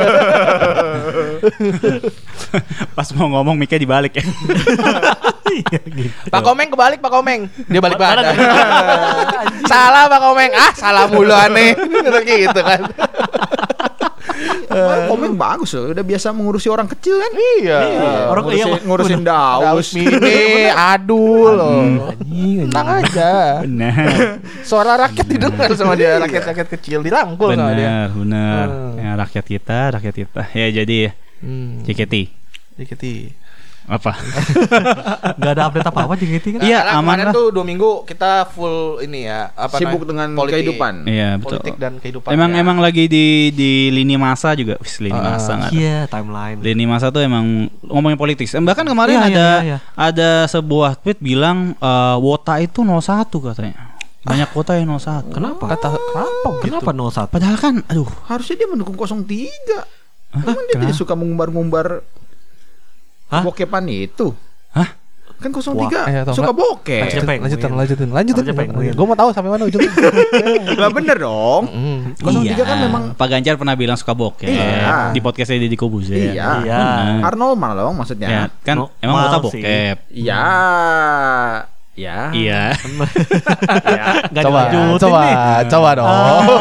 S2: Pas mau ngomong mic-nya dibalik ya.
S4: Iya gitu.
S3: Pak Komeng kebalik Pak Komeng. Dia balik badan. Salah Pak Komeng. Ah, salah mulu aneh. Gitu kan.
S6: Kemarin komeng bagus loh, udah biasa mengurusi orang kecil kan.
S3: Iya.
S4: Orang
S6: ngurusin,
S4: iya,
S6: ngurusin
S3: Daus
S6: daus.
S3: Mini, Adul loh.
S4: Anjing,
S3: Tenang aja.
S2: Benar.
S3: Suara rakyat didengar sama dia, rakyat-rakyat kecil dirangkul sama dia.
S2: Benar, benar.
S3: Hmm.
S2: Ya, rakyat kita, rakyat kita. Ya jadi
S3: Hmm.
S2: J K T
S3: Dikit.
S2: apa?
S4: Enggak ada update apa-apa J K T kan?
S2: Iya,
S3: Karena
S2: aman
S3: kemarin
S2: lah.
S3: tuh dua minggu kita full ini ya, apa
S6: Sibuk
S3: namanya?
S6: dengan kehidupan.
S2: Iya, betul.
S3: Politik dan kehidupan.
S2: Emang
S3: ya.
S2: emang lagi di di lini masa juga. Wis, lini
S3: Ah,
S2: masa nggak ada.
S4: Iya, timeline.
S2: Lini masa tuh emang ngomongin politik. Eh, Bahkan kemarin
S4: Iya, iya,
S2: ada
S4: iya, iya.
S2: ada sebuah tweet bilang eh, wota itu nol satu katanya. Banyak wota yang nol satu.
S4: Kenapa?
S3: Kata kenapa gitu?
S4: Kenapa nol satu?
S2: Padahal kan aduh,
S6: Harusnya dia mendukung nol tiga. Emang dia
S2: kenapa?
S6: tidak suka mengumbar-ngumbar
S4: Hah?
S6: bokepan itu?
S2: Hah?
S6: Kan nol tiga
S3: Wah, ayo, tau
S6: suka
S3: nggak?
S6: bokep.
S4: Lanjut. Cepeng,
S3: Lanjutin,
S4: win.
S3: lanjutin, lanjutin.
S4: Harusnya pengen win.
S3: Gue mau tahu sampai mana ujungnya.
S6: Lah bener dong.
S3: Hmm.
S6: nol tiga kan memang
S2: Pak Ganjar pernah bilang suka bokep
S6: Iya.
S2: di podcastnya Deddy Kobuzer.
S6: Iya.
S4: Iya.
S2: Benar.
S6: Arnold malah dong maksudnya.
S2: Ya, kan
S4: No-
S2: emang wota
S4: mal sih.
S2: bokep.
S6: Iya. Ya.
S2: Iya.
S6: Ya.
S4: Enggak
S3: Coba,
S4: dilanjutin
S3: coba,
S4: nih.
S3: coba dong.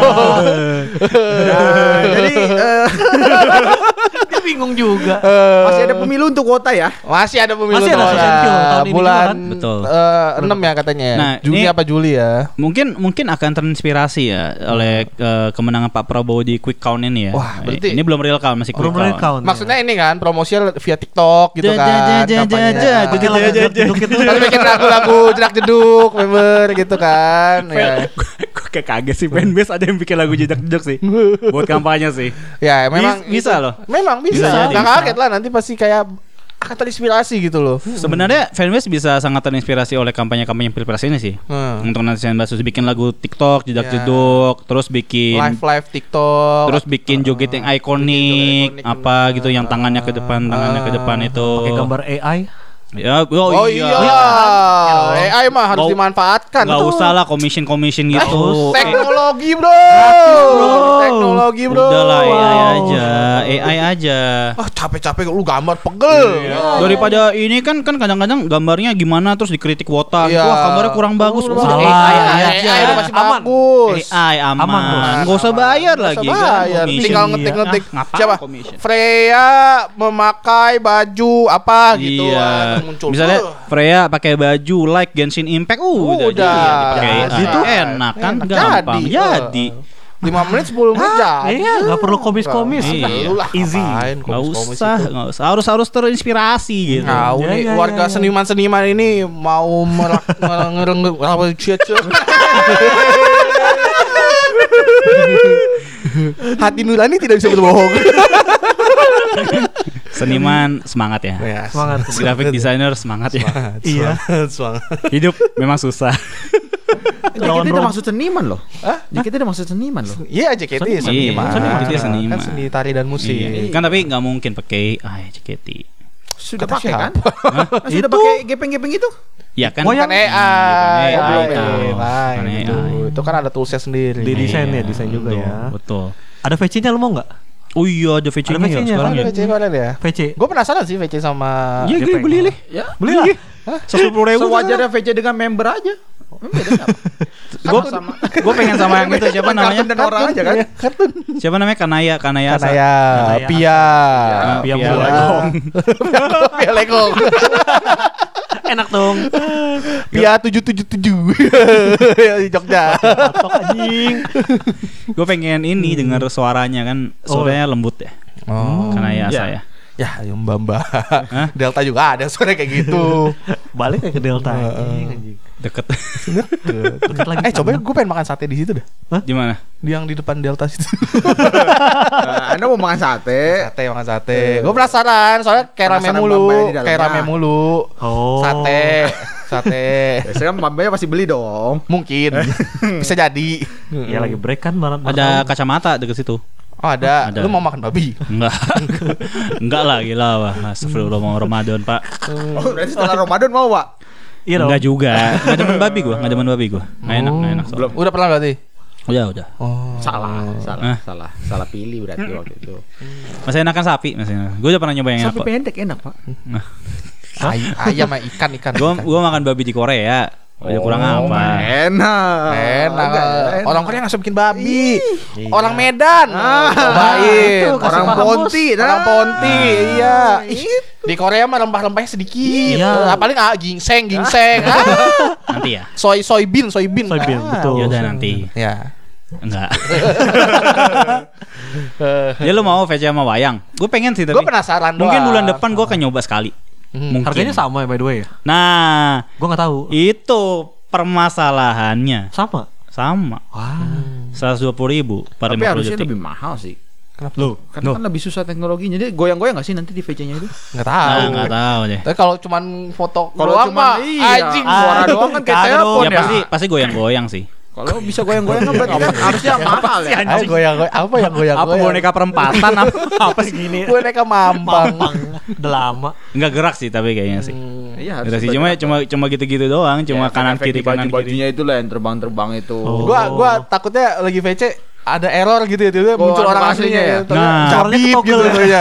S6: Nah, jadi eh,
S4: Dia bingung juga.
S6: masih ada pemilu untuk kuota ya.
S3: Masih ada pemilu
S4: Masih ada
S3: tahun
S4: Sosial tahun ini
S3: bulan
S4: juga kan?
S2: Betul.
S3: eh, enam ya katanya. ya.
S2: Nah,
S3: Juni
S2: ini-
S3: apa Juli ya?
S2: Mungkin mungkin akan terinspirasi ya oleh eh, kemenangan Pak Prabowo di quick count ini ya.
S3: Wah, berarti-
S2: ini belum real count, masih quick
S4: Belum mulai
S2: count.
S4: count.
S3: Maksudnya ini kan promosial via TikTok gitu
S2: Ja,
S3: kan.
S2: ja, ja, ja,
S3: kampanye.
S2: ja, ja,
S4: Bikin lagu jeduk itu.
S3: Terus bikin lagu-lagu jedak jeduk member gitu kan. Ya.
S2: Gue kayak kaget sih fanbase ada yang bikin lagu jedak-jedak sih buat kampanye sih.
S3: Ya memang
S2: Bis- bisa
S3: itu-
S2: loh.
S3: Memang bisa.
S2: Bisa jadi,
S3: Nggak
S2: bisa.
S3: kaget lah nanti pasti kayak akan terinspirasi gitu loh.
S2: Sebenarnya fanbase bisa sangat terinspirasi oleh kampanye-kampanye pilpres ini sih.
S3: Hmm.
S2: Untuk nanti saya bahas bikin lagu TikTok jedak-jeduk, terus bikin
S3: Live live TikTok.
S2: terus bikin joget yang ikonik,
S3: Bikin joget ikonik,
S2: apa
S3: bener.
S2: gitu yang tangannya ke depan, tangannya ke depan itu.
S4: Pakai gambar A I.
S2: Ya, oh,
S3: Oh
S2: iya.
S3: iya. A I mah harus
S2: Nggak-
S3: dimanfaatkan.
S2: Nggak
S3: tuh.
S2: usah lah commission-commission gitu.
S3: Teknologi bro. Teknologi bro.
S2: Udah lah A I aja, A I aja.
S3: Ah capek-capek lu gambar pegel.
S2: Iya. Daripada ini kan kan kadang-kadang gambarnya gimana terus dikritik wota.
S3: Iya.
S2: Wah, gambarnya kurang bagus.
S3: Oh,
S2: Udah
S4: salah.
S2: A I
S3: A I
S2: aja.
S3: udah masih
S4: Aman.
S3: bagus.
S2: A I aman.
S4: Aman, bos.
S2: Nggak usah bayar
S3: Nggak
S2: lagi
S3: usah
S2: kan.
S3: bayar.
S2: commission.
S3: Tinggal ngetik-ngetik.
S2: Ah, ngapain
S3: Siapa?
S2: commission?
S3: Freya memakai baju apa gitu.
S2: Iya.
S3: Ah,
S1: muncul.
S2: Misalnya
S1: Uh.
S2: Freya pakai baju like Genshin Impact, uh, udah,
S1: Udah.
S2: jadi pakai
S1: Jadi
S2: itu
S1: tuh
S2: enak kan,
S1: enak.
S2: gampang
S1: Jadi.
S2: jadi.
S1: lima menit sepuluh menit jadi.
S4: Iya, nggak perlu komis-komis.
S2: Iya.
S1: Lu lah,
S4: Easy.
S1: ngapain
S2: Nggak
S1: komis-komis
S2: usah,
S1: itu.
S2: nggak usah. Harus harus terinspirasi gitu.
S1: Tahu
S4: Ya,
S1: nih
S4: ya,
S1: warga
S4: ya, ya.
S1: seniman-seniman ini mau merak ngereng apa cia Hati nurani tidak bisa berbohong.
S2: Seniman semangat ya.
S1: Ya,
S4: Semangat.
S2: Graphic designer semangat ya.
S4: Iya.
S1: semangat.
S2: Hidup memang susah.
S6: J K T udah maksud seniman loh.
S1: Hah?
S6: J K T udah maksud seniman loh.
S1: Iya, J K T seniman.
S2: Iya, J K T seniman.
S1: Kan seni tari dan musik.
S2: Iya. Kan tapi nggak mungkin pakai ah J K T.
S6: Sudah
S1: Kata
S6: pakai kan?
S1: siapa?
S6: Ah, Sudah pakai gepeng-gepeng itu?
S2: Ya kan.
S1: Bukan A I.
S2: Bukan
S1: Oh, belum
S2: A I.
S1: A I.
S2: Bukan A I.
S1: Itu. Itu kan ada toolsnya sendiri.
S4: Di desain
S2: Iya,
S4: ya, desain juga
S2: betul,
S4: ya.
S2: Betul.
S4: Ada V C-nya lu mau nggak?
S2: Oh iya ada V C-nya
S4: Ada
S2: ya
S4: V C-nya,
S2: sekarang
S1: Ada
S2: ya.
S1: V C kemarin ya?
S4: V C.
S1: Gue penasaran sih V C sama
S2: Iya, gue
S4: Gepeng.
S2: beli nih.
S6: Ya.
S4: Beli lah.
S2: Sepuluh ribu.
S6: Sewajarnya V C dengan member aja.
S2: Gue gue pengen sama yang itu siapa namanya?
S6: Kartun dan orang aja kan?
S1: Kartun.
S2: Siapa namanya Kanaya Kanaya.
S1: Kanaya,
S4: Kanaya.
S1: Pia,
S2: Ah,
S4: Pia
S2: Pia.
S4: Legong.
S1: Pia Legong,
S4: Enak dong.
S1: Pia tujuh tujuh tujuh di Jogja.
S4: Patok anjing.
S2: Gue pengen ini dengar suaranya kan suaranya lembut ya.
S1: Oh,
S2: Kanaya
S6: ya.
S2: saya.
S1: ya, yang Mbak Mbak. Delta juga ada suara kayak gitu.
S4: Balik kayak ke Delta anjing. anjing.
S2: Deket.
S4: Deket lagi.
S1: Eh, coba gue pengen makan sate di situ dah.
S2: Di mana?
S1: Di yang di depan Delta situ.
S6: Nah, Anda mau makan sate?
S1: Sate, makan sate. Gue penasaran, soalnya kayak rame
S6: Penasaran
S1: mulu,
S6: Mbak Mbak di dalamnya.
S1: kayak rame mulu.
S4: Oh.
S1: Sate, sate.
S6: Biasanya kan Mbak pasti beli dong.
S1: Mungkin bisa jadi.
S4: Ya lagi break kan barat.
S2: Ada kacamata deket situ.
S1: Oh, ada.
S2: Ada.
S1: Lu mau makan babi?
S2: Enggak. Enggak lah gila wah. Astagfirullah mau Ramadan, Pak.
S6: Oh, berarti setelah Ramadan mau, Pak?
S4: Iya dong.
S2: Enggak juga. Enggak demen babi gua, enggak demen babi gua. Enggak enak, enggak enak. soalnya.
S1: Udah pernah berarti?
S2: Udah, udah.
S1: Oh.
S6: Salah, salah,
S2: Hah?
S6: salah, salah pilih berarti waktu itu.
S2: Masih enakan sapi, masih enak. Gua udah pernah nyoba yang enak
S6: Sapi
S2: kok.
S6: pendek enak, Pak.
S1: Ay- ayam sama ikan ikan.
S2: Gua
S1: ikan.
S2: gua makan babi di Korea. Udah kurang
S1: Oh,
S2: apa?
S6: Enak.
S1: Enak.
S6: Agak enak.
S1: Orang Korea nggak suka bikin babi. Orang Medan.
S6: Ah,
S1: Cobain.
S6: itu, kasih
S1: Orang
S6: paham,
S1: Ponti.
S6: Bos.
S1: Orang
S6: Nah.
S1: Ponti. Iya.
S6: Itu.
S1: Di Korea mah rempah-rempahnya sedikit.
S4: Iya.
S1: Ah, paling ah, ginseng, ginseng. Ah.
S2: Nanti ya.
S1: Soy soybean, soybean.
S4: Soybean,
S1: Ah.
S4: betul.
S2: Ya udah nanti.
S1: Ya.
S2: Enggak. Ya lu mau V C sama wayang? Gue pengen sih tapi.
S1: Gue penasaran doang.
S2: Mungkin bulan depan gue akan nyoba sekali.
S1: Hmm.
S2: Mungkin.
S4: Harganya sama ya by the way ya?
S2: Nah,
S4: Gua nggak tahu.
S2: itu permasalahannya
S4: Sama.
S2: sama.
S4: Wah.
S2: seratus dua puluh ribu per
S6: Tapi
S2: lima puluh
S6: harusnya
S2: detik.
S6: lebih mahal sih.
S1: Kenapa?
S2: Loh,
S6: Karena kan lebih susah teknologinya. Jadi goyang-goyang gak sih nanti di V C-nya itu?
S1: Nggak tahu.
S2: Nah, nggak tahu deh.
S1: Tapi kalau cuman foto
S6: Kalau
S1: doang
S6: cuman
S1: mah,
S6: iya,
S1: anjing.
S6: suara doang kan kayak
S4: Kagak
S6: telepon
S4: dong.
S2: Ya
S6: ya.
S2: pasti pasti goyang-goyang sih.
S6: Kalau bisa goyang-goyang kan berarti kan harusnya mahal ya.
S1: Ayo goyang goyang apa yang goyang
S2: Apa boneka perempatan apa?
S4: Apa segini?
S1: boneka mampang.
S4: Udah lama.
S2: Enggak gerak sih tapi kayaknya sih.
S6: Iya,
S2: Gerak sih cuma cuma cuma gitu-gitu doang, cuma kanan kiri kanan kiri.
S6: bajunya itu lah yang terbang-terbang itu.
S1: Gua gua takutnya lagi V C ada error gitu ya, tiba-tiba
S6: Oh,
S1: muncul
S6: ada
S1: orang
S6: aslinya
S1: aslinya
S6: ya?
S1: ya.
S2: Nah.
S4: Suaranya
S1: Cabib
S4: ketogel
S1: gitu
S4: ya.
S1: ya.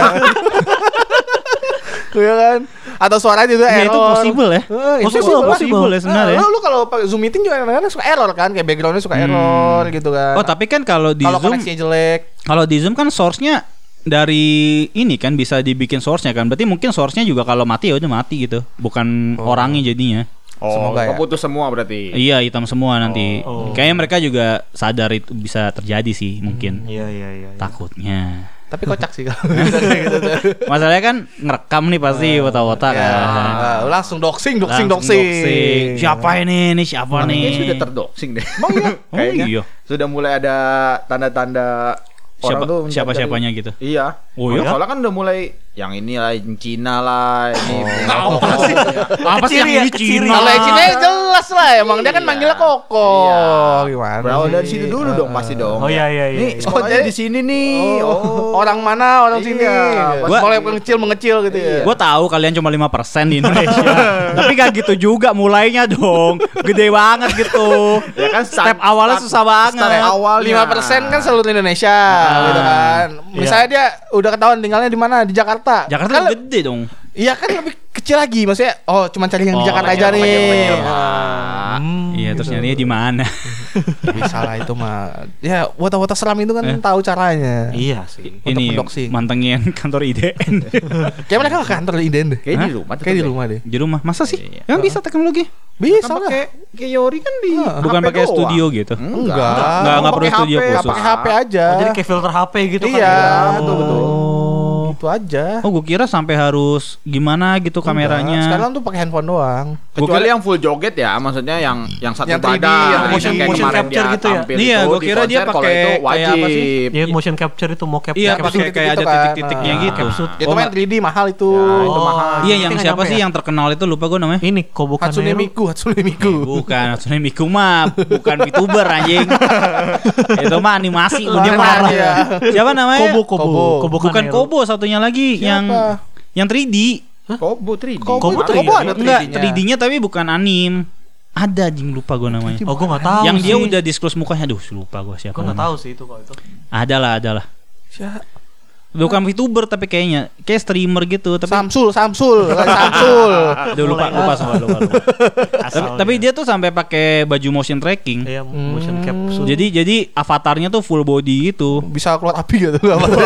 S1: Iya kan? Atau suaranya juga
S2: Ya,
S1: error.
S2: itu possible ya.
S1: Eh, itu
S2: Possible,
S1: lah.
S2: possible ya sebenarnya.
S1: Nah, lu, lu kalau pakai Zoom meeting juga kadang-kadang suka error kan, kayak backgroundnya suka error gitu kan.
S2: Oh, tapi kan kalau di
S1: kalau
S2: Zoom
S1: koneksinya jelek,
S2: kalau di Zoom kan source-nya dari ini kan bisa dibikin source-nya kan. Berarti mungkin source-nya juga kalau mati ya udah mati gitu. Bukan orangnya jadinya.
S6: Oh,
S1: Semoga ya.
S6: keputus semua berarti.
S2: Iya, hitam semua nanti.
S4: Oh.
S2: Kayaknya mereka juga sadar itu bisa terjadi sih mungkin.
S4: Iya iya iya. iya.
S2: Takutnya.
S1: tapi kocak sih kalau gitu tuh.
S2: Masalahnya kan ngerekam nih pasti wota-wota kan.
S1: Ah, langsung doxing, doxing,
S2: Langsung
S1: doxing.
S2: Siapa ini? Ini siapa
S6: Kayaknya
S2: nih?
S6: sudah terdoxing deh.
S1: Emang iya?
S2: Oh
S6: Kayaknya
S2: iya.
S6: sudah mulai ada tanda-tanda orang
S2: Siapa
S6: tuh
S2: siapa
S6: mencari-
S2: siapanya gitu.
S6: Iya.
S2: Oh, iya?
S6: Soalnya kan udah mulai yang ini lah, yang Cina lah, ini.
S1: Oh.
S2: Apa sih? Apa sih yang
S4: Kecil ya,
S2: ini
S4: kecil.
S2: Cina?
S1: Kalau yang Cina jelas lah, emang dia kan
S6: Iya.
S1: manggilnya Koko.
S6: Iya.
S1: Gimana?
S6: Berawal
S1: sih?
S6: dari situ dulu dong pasti dong.
S4: Oh iya iya iya.
S6: Nih
S4: iya.
S6: sekolahnya
S1: jadi-
S6: di sini nih.
S1: Oh, orang mana orang sini?
S6: Iya,
S1: Pas
S2: Gua-
S1: mulai mengecil mengecil gitu ya.
S2: Gue tahu kalian cuma lima persen di Indonesia. Tapi gak gitu juga mulainya dong. Gede banget gitu.
S6: Ya kan
S2: Step awalnya susah banget.
S6: Step awalnya.
S1: lima persen kan seluruh Indonesia gitu kan. Misalnya dia udah ketahuan tinggalnya di mana? Di Jakarta.
S2: Jakarta
S1: kan,
S2: gede dong.
S1: iya kan lebih kecil
S3: kecil lagi, maksudnya oh cuma cari yang di
S2: Oh,
S3: Jakarta
S2: kecil,
S3: aja nih.
S1: kecil, kecil.
S3: Ah.
S2: Iya, terus nyarinya di mana?
S3: Ya, bisa lah itu mah. Ya, wota-wota seram itu kan
S2: Eh.
S3: tahu caranya.
S4: Iya sih.
S2: Ini
S3: Untuk doxing.
S2: mantengin kantor I D N.
S3: Kayak mereka ke kantor di Inden deh.
S6: Kayak di
S2: Hah?
S6: rumah.
S3: Kayak di rumah deh.
S2: Di rumah. Masa sih? Emang bisa teknologi?
S3: Bisa
S6: Kan
S3: lah.
S6: pakai kayak Yori kan di
S3: Ah.
S2: Bukan
S6: H P
S2: pakai
S6: doang.
S2: studio gitu.
S3: Enggak.
S2: Enggak, enggak perlu
S6: pakai
S2: studio
S6: H P,
S2: khusus.
S3: Pakai H P aja.
S4: Oh, jadi kayak filter H P gitu kan.
S3: Iya,
S4: ya?
S3: betul betul.
S2: Oh.
S3: Itu aja.
S2: Oh, gue kira sampai harus gimana gitu kameranya.
S3: Enggak, sekarang tuh pakai handphone doang.
S6: Kecuali yang full joget ya, maksudnya yang yang satu
S3: Yang tiga D,
S6: badan,
S3: yang
S4: motion-
S6: kayak
S4: motion
S6: kemarin
S4: capture
S6: dia
S4: gitu ya?
S6: tampil
S2: Iya,
S6: itu
S2: gua
S6: di
S2: kira dia
S6: konser, kalau
S2: pakai
S6: itu
S2: kayak apa sih?
S6: wajib.
S4: Ya motion capture itu mau capture.
S2: Iya,
S3: Capsule
S2: pakai
S3: gitu
S2: kayak ada
S3: kan.
S2: titik-titiknya
S3: Nah,
S2: gitu.
S4: capsule.
S3: Itu
S2: Oh,
S3: main
S2: nggak.
S3: tiga D mahal itu.
S6: Ya, itu
S4: Oh.
S6: mahal.
S2: Iya,
S4: Tapi
S2: yang
S4: nggak
S2: siapa
S4: nyampe
S2: sih
S4: ya?
S2: yang terkenal itu lupa gue namanya.
S4: Ini Kobo
S3: Hatsune
S4: Kanero.
S3: Miku, Hatsune Miku.
S2: Bukan Hatsune Miku mah bukan VTuber anjing. Itu mah animasi
S3: Dia
S2: dia
S3: marah
S2: mah.
S3: ya.
S2: Siapa namanya?
S4: Kobo Kobo.
S3: Kobo.
S4: Kobo
S2: Bukan
S4: Kanero.
S2: Kobo, satunya lagi yang yang tiga D.
S6: Kobo tiga D.
S3: Kobo,
S4: Kobo
S3: Kobo,
S4: tiga D.
S3: ada
S2: Enggak,
S3: tiga D-nya.
S2: tiga D-nya tapi bukan anim. Ada anjing lupa gue namanya.
S4: Oh, gue nggak tahu.
S2: Yang dia
S4: sih.
S2: udah disclose mukanya, aduh lupa gue siapa.
S4: Gue nggak
S2: namanya.
S4: tahu sih itu kalau itu.
S2: Ada lah, ada lah.
S3: Siapa?
S2: Bukan VTuber tapi kayaknya kayak streamer gitu tapi
S3: Samsul, Samsul, Samsul.
S2: aduh, lupa lupa semua lupa, lupa. tapi, tapi dia tuh sampai pakai baju motion tracking.
S4: Iya, motion capsule.
S2: Jadi jadi avatarnya tuh full body gitu.
S3: Bisa keluar api gitu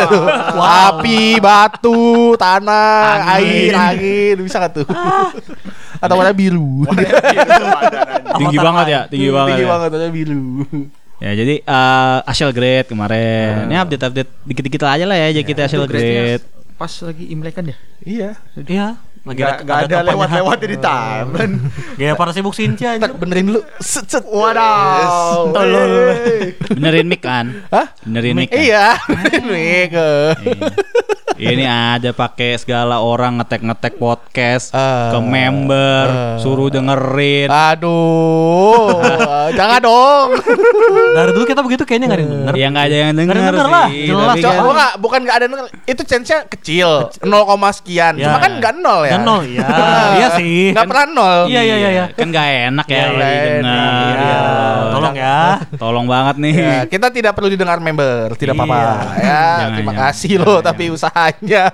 S3: Api, batu, tanah, air, angin, bisa gak tuh? Atau warna biru.
S2: Tinggi banget ya, tinggi banget.
S3: Tinggi
S2: ya.
S3: banget, warna biru.
S2: Ya jadi uh, Ashel Grade kemarin. Ini update-update dikit-dikit aja lah ya, jadi kita Ashel Grade.
S6: Pas lagi Imlek kan ya?
S3: Iya.
S4: Iya. Lagi
S6: Gak, gak ada lewat-lewat di timeline.
S4: Gaya para sibuk Sinca
S3: Ntar
S4: aja.
S3: benerin dulu. Set set.
S6: Wadaw.
S3: Hey.
S2: Benerin mic kan?
S3: Hah?
S2: Benerin mic. Kan?
S3: Iya. Mic.
S2: Iya. Ini ada pakai segala orang ngetek-ngetek podcast
S3: Ah.
S2: ke member,
S3: Ah.
S2: suruh dengerin.
S3: Aduh. Jangan dong.
S4: Dari dulu kita begitu kayaknya nggak ada yang denger.
S2: Ya nggak ada yang denger,
S4: Nggak ada yang denger lah,
S2: sih.
S4: jelas.
S2: Tapi
S3: Coba
S2: kan-
S3: enggak, bukan enggak ada nol. Itu chance-nya kecil. nol, sekian.
S4: Ya.
S3: Cuma kan enggak nol ya.
S4: Nggak nol, ya. Iya sih.
S3: Enggak pernah nol.
S4: Iya, iya, iya, iya.
S2: Kan gak enak ya
S3: Iya,
S2: kalau
S3: iya,
S2: didengar.
S3: iya.
S4: Tolong ya.
S2: Tolong banget nih.
S3: Ya, kita tidak perlu didengar member, tidak apa-apa.
S4: Iya.
S3: Ya,
S2: Jangan,
S3: terima
S2: jangan.
S3: kasih loh, tapi usahanya.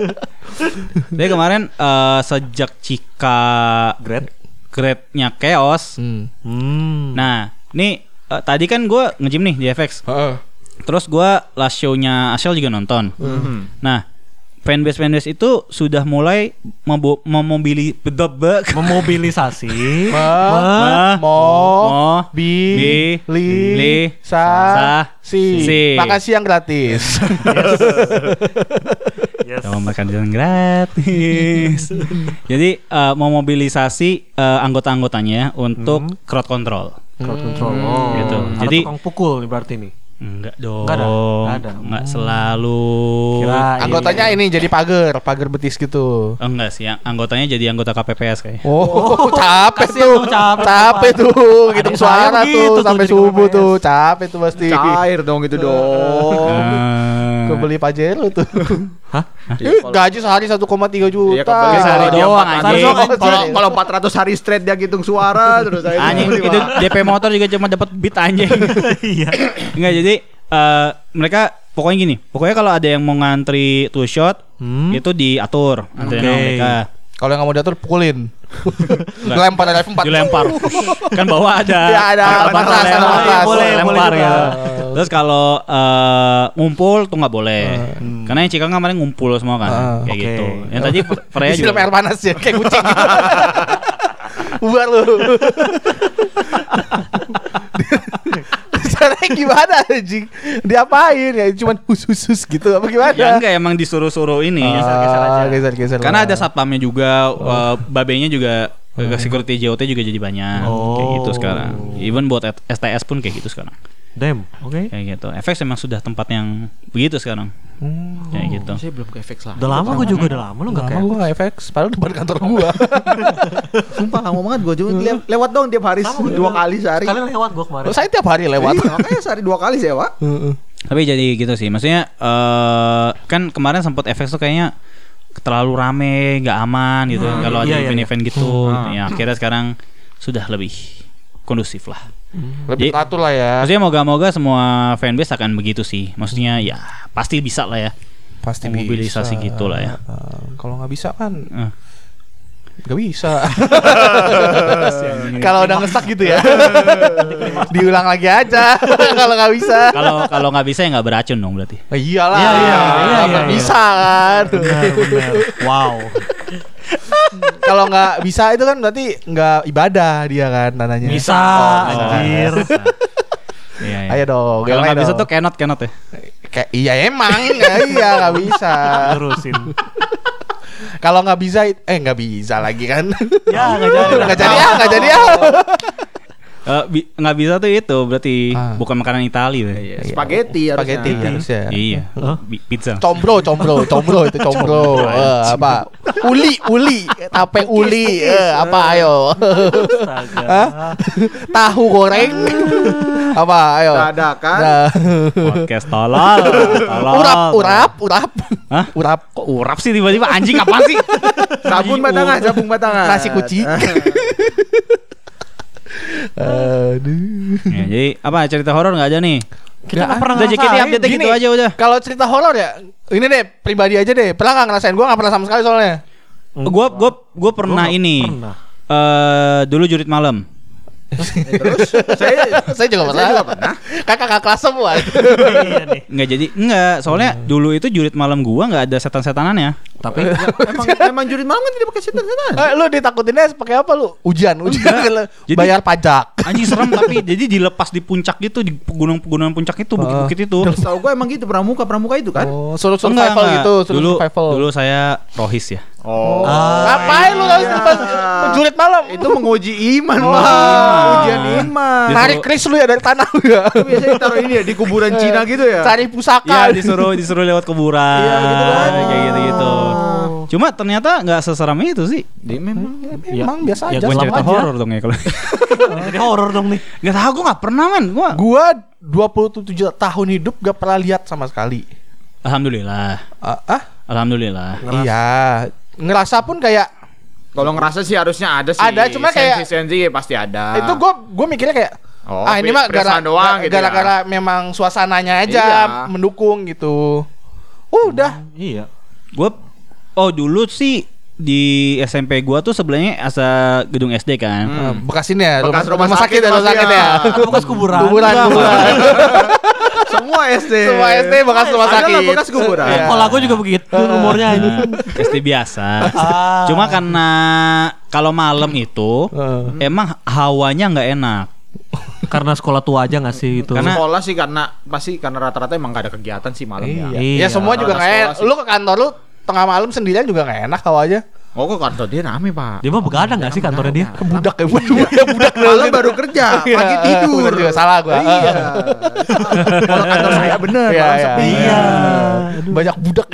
S2: Jadi kemarin eh, sejak Cika
S4: Grade.
S2: grade-nya Chaos.
S4: Hmm.
S2: Nah, nih eh, tadi kan gue nge-gym nih di F X. Terus gue last show-nya Ashel juga nonton. Nah, fanbase fanbase itu sudah mulai membo- memobili bedebek
S4: Memobilisasi.
S3: Ma, mo,
S2: mo
S3: bi,
S2: bi,
S3: li,
S2: li,
S3: sa,
S2: sa,
S3: si.
S2: si.
S3: Makan siang gratis.
S4: Yes.
S2: Sama makan jalan gratis. Jadi eh, memobilisasi eh, anggota-anggotanya untuk crowd control.
S4: Crowd control. Oh.
S2: Gitu.
S4: Ada
S2: Jadi-
S4: tukang pukul nih berarti nih.
S2: Enggak dong.
S4: Enggak ada? Enggak ada.
S2: Enggak selalu.
S4: Kirain.
S3: Anggotanya ini jadi pagar, pagar betis gitu.
S2: Oh, enggak sih, yang anggotanya jadi anggota K P P S kayak.
S3: Oh, capek
S4: kasihan
S3: tuh,
S4: tuh, capek,
S3: capek
S4: Pak.
S3: tuh,
S4: Ada
S3: hitung
S4: yang sayang
S3: suara
S4: gitu
S3: tuh
S4: tuh
S3: sampai
S4: jadi
S3: subuh
S4: K P P S.
S3: tuh, capek tuh pasti.
S6: Cair dong itu dong.
S2: Ah.
S3: Kebeli Pajero tuh.
S4: Hah?
S3: Eh, gaji sehari satu koma tiga juta.
S6: Iya, kebeli
S2: sehari
S6: kalau dia
S2: doang,
S6: empat ratus.
S2: anjing.
S6: Kalau kalau empat ratus hari straight dia hitung suara terus saya
S2: Anjing itu D P motor juga cuma dapat beat anjing.
S4: Iya.
S2: Enggak, jadi eh, mereka pokoknya gini, pokoknya kalau ada yang mau ngantri two shot
S4: Hmm.
S2: itu diatur antrian
S4: Oke.
S2: sama mereka.
S3: Kalau yang nggak mau diatur pukulin. Lempar dari F empat.
S2: Dilempar. Kan bawah ada.
S3: Ya, ada
S2: Batas,
S3: batas, ada
S2: lempar,
S3: batas.
S4: Boleh,
S2: lempar
S4: boleh
S2: ya.
S4: juga.
S2: Terus kalau eh, ngumpul tuh nggak boleh. Karena yang Cika kemarin ngumpul semua kan,
S3: Ah,
S2: kayak
S4: oke.
S2: gitu. Yang tadi Freya
S3: Disiram
S2: juga.
S3: air panas ya, kayak kucing. Bubar lu. Caranya gimana anjing? Diapain ya? Cuman hus-hus gitu apa gimana?
S2: Ya enggak, emang disuruh-suruh ini.
S3: Geser-geser aja. Geser-geser.
S2: Karena ada satpamnya juga, eh, babenya juga, eh, security J O T juga jadi banyak.
S4: Oh.
S2: Kayak gitu sekarang. Even buat S T S pun kayak gitu sekarang.
S4: Damn. Oke.
S2: Kayak gitu. F X emang sudah tempat yang begitu sekarang. Kayak gitu.
S6: Saya belum ke efek lah.
S4: Udah lama gue juga udah lama lu enggak
S3: Lama
S4: kayak.
S3: gue gak F X, padahal depan kantor gua.
S6: Sumpah lama banget gue juga le- lewat dong tiap hari
S4: Sama,
S6: dua
S4: gua-
S6: kali sehari.
S4: Sekalian lewat gue kemarin.
S3: Saya tiap hari lewat.
S6: Iya, makanya sehari dua kali saya, Pak.
S2: Tapi jadi gitu sih. Maksudnya eh kan kemarin sempat F X tuh kayaknya terlalu rame, nggak aman gitu.
S4: Hmm,
S2: Kalau
S4: iya,
S2: ada
S4: iya,
S2: event-event gitu,
S6: Hmm.
S2: ya akhirnya sekarang sudah lebih kondusif lah.
S3: Lebih
S2: Jadi-
S3: teratur lah ya.
S2: Maksudnya moga-moga semua fanbase akan begitu sih. Maksudnya ya pasti bisa lah ya.
S3: Pasti
S2: mobilisasi
S3: bisa.
S2: gitu lah ya.
S3: Uh, kalau nggak bisa kan
S2: Eh.
S3: Gak bisa. Kalau udah ngesak gitu ya. Diulang lagi aja. Kalau nggak bisa.
S2: Kalau kalau nggak bisa ya nggak beracun dong berarti.
S3: Oh, iyalah.
S4: Iya, iya, iya,
S3: Nggak
S4: iya.
S3: bisa kan.
S4: Benar, benar. Wow.
S3: Kalau nggak bisa itu kan berarti nggak ibadah dia kan tanahnya.
S4: Bisa,
S3: Oh,
S4: anjir.
S2: Iya, iya.
S3: Ayo dong.
S2: Kalau
S3: yang
S2: nggak
S3: lain
S2: bisa
S3: dong.
S2: tuh kenot kenot ya.
S3: Kayak iya emang nggak iya nggak bisa.
S4: Terusin.
S3: Kalau nggak bisa eh nggak bisa lagi kan.
S4: Ya, nggak jadi.
S3: Nggak jadi ah nggak jadi ah.
S2: Eh, bi- nggak bisa tuh itu berarti
S3: Ah.
S2: bukan makanan Itali tuh.
S6: Iya, spaghetti harusnya.
S3: Spaghetti harusnya.
S2: Iya. Bi- Pizza.
S3: Combro, combro, combro itu combro. Eh, apa? Uli, uli, tape uli. Eh, apa ayo? Hah? Tahu goreng. Apa ayo?
S6: Dadakan.
S3: Nah.
S2: Podcast tolol. Tolol.
S3: Urap, urap, urap.
S2: Hah?
S3: Urap.
S2: Kok urap sih tiba-tiba anjing apa sih?
S6: Sabun batangan, sabun batangan.
S3: Nasi kucing. Aduh.
S2: Ya, jadi apa cerita horor nggak ada nih?
S3: Kita nggak
S2: Udah J K T update gitu aja udah.
S3: Kalau cerita horor ya, ini deh pribadi aja deh. Pernah nggak ngerasain? Gue nggak pernah sama sekali soalnya.
S2: Gua gua gua pernah
S4: Gua
S2: ini.
S4: pernah.
S2: Eh dulu jurit malam.
S6: Terus saya
S3: Saya juga pernah.
S6: Saya juga pernah.
S3: Kakak kakak kelas semua.
S4: Iya nih.
S2: Nggak jadi enggak, soalnya dulu itu jurit malam gua nggak ada setan-setanannya.
S4: Tapi
S6: emang emang jurit malam kan tidak pakai setan-setan.
S3: Eh, lu ditakutinnya pakai apa lu? Ujian, ujian.
S2: Jadi-
S3: Bayar pajak.
S2: Anjing serem tapi jadi dilepas di puncak gitu di gunung-pegunungan puncak itu bukit-bukit itu.
S6: Tahu gue emang gitu pramuka pramuka itu kan.
S3: Oh, suruh
S2: Enggak,
S3: survival
S2: enggak.
S3: gitu, suruh
S2: Dulu
S3: survival.
S2: dulu saya rohis ya.
S6: Oh.
S3: Ngapain lu harus
S6: Iya.
S3: jurit malam?
S6: Itu menguji iman,
S3: Oh.
S6: Pak. Ujian iman.
S2: Disuruh-
S3: Narik kris lu ya dari tanah lu ya.
S6: Itu biasanya taruh ini ya di kuburan Cina gitu ya.
S3: Cari pusaka.
S2: Iya disuruh disuruh lewat kuburan.
S6: Iya, gitu kan.
S2: Kayak gitu-gitu. Cuma ternyata nggak seseram itu sih.
S6: Di memang.
S3: Emang biasa
S4: ya
S3: aja.
S4: gua
S2: Gue
S3: sama
S2: cerita
S4: aja.
S2: horor dong ya kalau.
S4: jadi horor dong nih.
S2: Nggak tahu gue nggak pernah men. Gue.
S3: Gua dua puluh tujuh tahun hidup gak pernah lihat sama sekali.
S2: Alhamdulillah.
S3: Ah, ah?
S2: Alhamdulillah.
S3: Iya. Ngerasa pun kayak
S6: Kalau ngerasa sih harusnya ada sih.
S3: Ada, cuma kayak-
S6: sensi-sensi pasti ada.
S3: itu gua gua mikirnya kayak
S6: Oh,
S3: ah ini mah gara-
S6: perasaan doang gitu ya.
S3: gara-gara memang suasananya aja
S6: Iya.
S3: mendukung gitu. Udah.
S4: Iya.
S2: Gue. Oh dulu sih di S M P gua tuh sebelahnya asa gedung S D kan.
S6: Hmm.
S3: Eh, Bekas ini ya,
S6: Bekas
S3: rumah,
S6: rumah
S3: rumah sakit
S6: sakit
S3: ya, rumah sakit
S6: pasti
S3: ya.
S6: ya.
S4: Bekas kuburan.
S3: Kuburan,
S2: Enggak,
S3: kuburan.
S6: Semua S D.
S3: Semua S D bekas rumah
S6: Adalah
S3: sakit.
S6: bekas kuburan.
S3: Iya.
S4: Sekolah gua juga begitu umurnya ini.
S2: S D biasa.
S4: Ah.
S2: Cuma karena kalau malam itu
S3: Eh.
S2: emang hawanya nggak enak.
S4: Karena sekolah tua aja nggak sih itu?
S2: Karena-
S6: Sekolah sih karnya pasti karena rata-rata emang gak ada kegiatan sih malam ya.
S3: Iya.
S4: Iya.
S3: Ya semua juga
S6: Rata-rata
S3: nggak enak.
S6: sekolah sih.
S3: Lu ke kantor lu tengah malam sendirian juga nggak enak awalnya.
S6: Oh kok kantor dia rame pak.
S4: Dia mah begadang nggak sih kantornya dia?
S3: Budak ya, budak ya, budak
S6: Malam baru kerja,
S3: Iya,
S6: pagi tidur.
S3: bener juga, salah gua.
S6: Iya. Kalau kantor saya bener,
S3: Iya,
S6: malam
S3: iya.
S6: sepi.
S4: Iya.
S3: Banyak budak.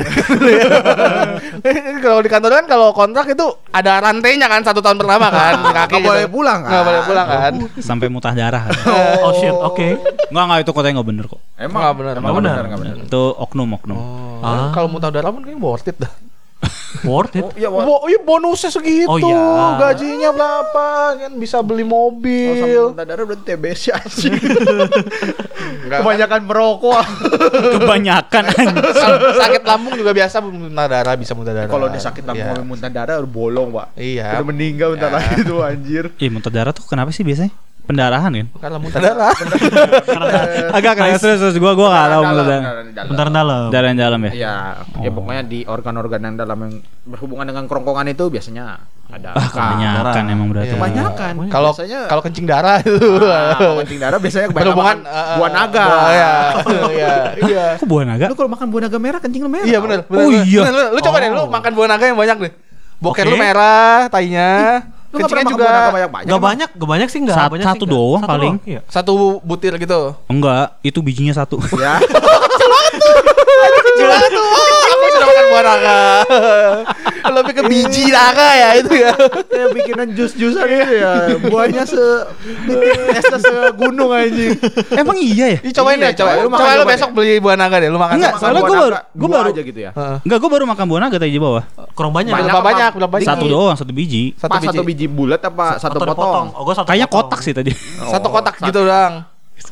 S3: Kalau di kantor kan kalau kontrak itu ada rantainya kan satu tahun pertama kan di kaki
S6: Nggak boleh pulang, kan?
S3: Nggak boleh pulang kan.
S2: Sampai mutah darah.
S4: Oh shit, oke.
S2: Nggak nggak itu katanya nggak bener kok.
S6: Emang
S3: Nggak bener,
S6: emang
S4: nggak
S6: bener,
S4: bener.
S6: nggak bener.
S2: Itu oknum oknum.
S4: Ah.
S3: Kalau muntah darah pun kayaknya worth it dah.
S4: Worth it.
S6: Oh, iya, Wak.
S3: Bo, iya bonusnya segitu.
S4: Oh, iya.
S3: Gajinya berapa kan bisa beli
S6: Kalau sama
S3: mobil.
S6: muntah darah berarti T B S anjing. Kebanyakan merokok.
S2: Kebanyakan anjing.
S3: Kalau sakit lambung juga biasa muntah darah, bisa muntah darah.
S6: Kalau dia sakit lambung
S3: Iya.
S6: sampai muntah darah udah bolong, Pak.
S3: Iya.
S6: Udah meninggal bentar
S3: Ya.
S6: lagi tuh anjir.
S2: Ih muntah darah tuh kenapa sih biasanya? Pendarahan kan?
S3: Karena muntah darah.
S2: Agak keren terus terus gua gua nggak tahu muntah darah.
S4: Bentar dalam.
S2: Darah yang dalam ya.
S6: Iya, ya pokoknya di organ-organ yang dalam yang berhubungan dengan kerongkongan itu biasanya ada.
S2: Ah kebanyakan
S4: darah.
S2: emang berarti.
S3: Iya.
S6: Kebanyakan.
S3: Kalau
S6: biasanya
S3: kalau kencing darah itu
S6: nah, kalau kencing darah biasanya kebanyakan
S3: berhubungan
S6: makan
S3: eh,
S6: buah naga.
S3: buah, Iya. Iya. Iya.
S2: Kok buah naga?
S6: Lu kalau makan buah naga merah kencing lu merah.
S3: Iya benar. benar,
S2: Oh,
S3: benar.
S2: iya.
S3: Benar, Lu, lu coba
S4: Oh.
S3: deh lu makan buah naga yang banyak deh. Boker
S4: Oke.
S3: lu merah, tainya.
S6: Lu nggak pernah
S3: Kencingnya
S6: makan
S3: juga
S6: buah naga banyak-banyak.
S4: Gak
S6: emang?
S4: banyak, gak banyak sih nggak.
S2: Sat-
S4: banyak
S2: satu
S4: sih nggak.
S2: doang
S4: Satu
S2: paling.
S4: Iya.
S3: satu butir gitu.
S2: Enggak, itu bijinya satu.
S6: Ya.
S3: Kecil banget tuh. Aku sudah makan buah naga. Lebih ke biji naga ya itu ya.
S6: Kayak bikinan jus-jusan gitu ya. Buahnya se esnya segunung anjing.
S2: Emang iya ya?
S3: Ih, cobain
S6: Iya,
S3: deh, coba.
S6: coba. Lu makan
S3: Coba lu
S6: coba
S3: besok
S6: deh.
S3: beli buah naga deh, lu makan.
S2: Enggak,
S3: sama-
S2: soalnya
S6: Buah
S2: gua
S6: naga,
S2: baru- gua
S6: dua
S2: baru-
S6: aja gitu ya.
S3: Heeh.
S2: Enggak, gua baru makan buah naga tadi di bawah.
S4: Kurang banyak.
S6: Banyak
S3: Berapa
S6: apa?
S3: banyak? Berapa banyak?
S2: Satu doang, satu biji.
S3: Satu
S6: Pas
S3: biji.
S6: satu biji bulat apa satu
S4: Atau
S6: potong?
S4: dipotong. Oh, gua satu
S2: Kayaknya
S4: potong.
S2: kotak sih tadi.
S3: Satu
S6: Oh,
S3: kotak
S6: satu.
S3: gitu doang.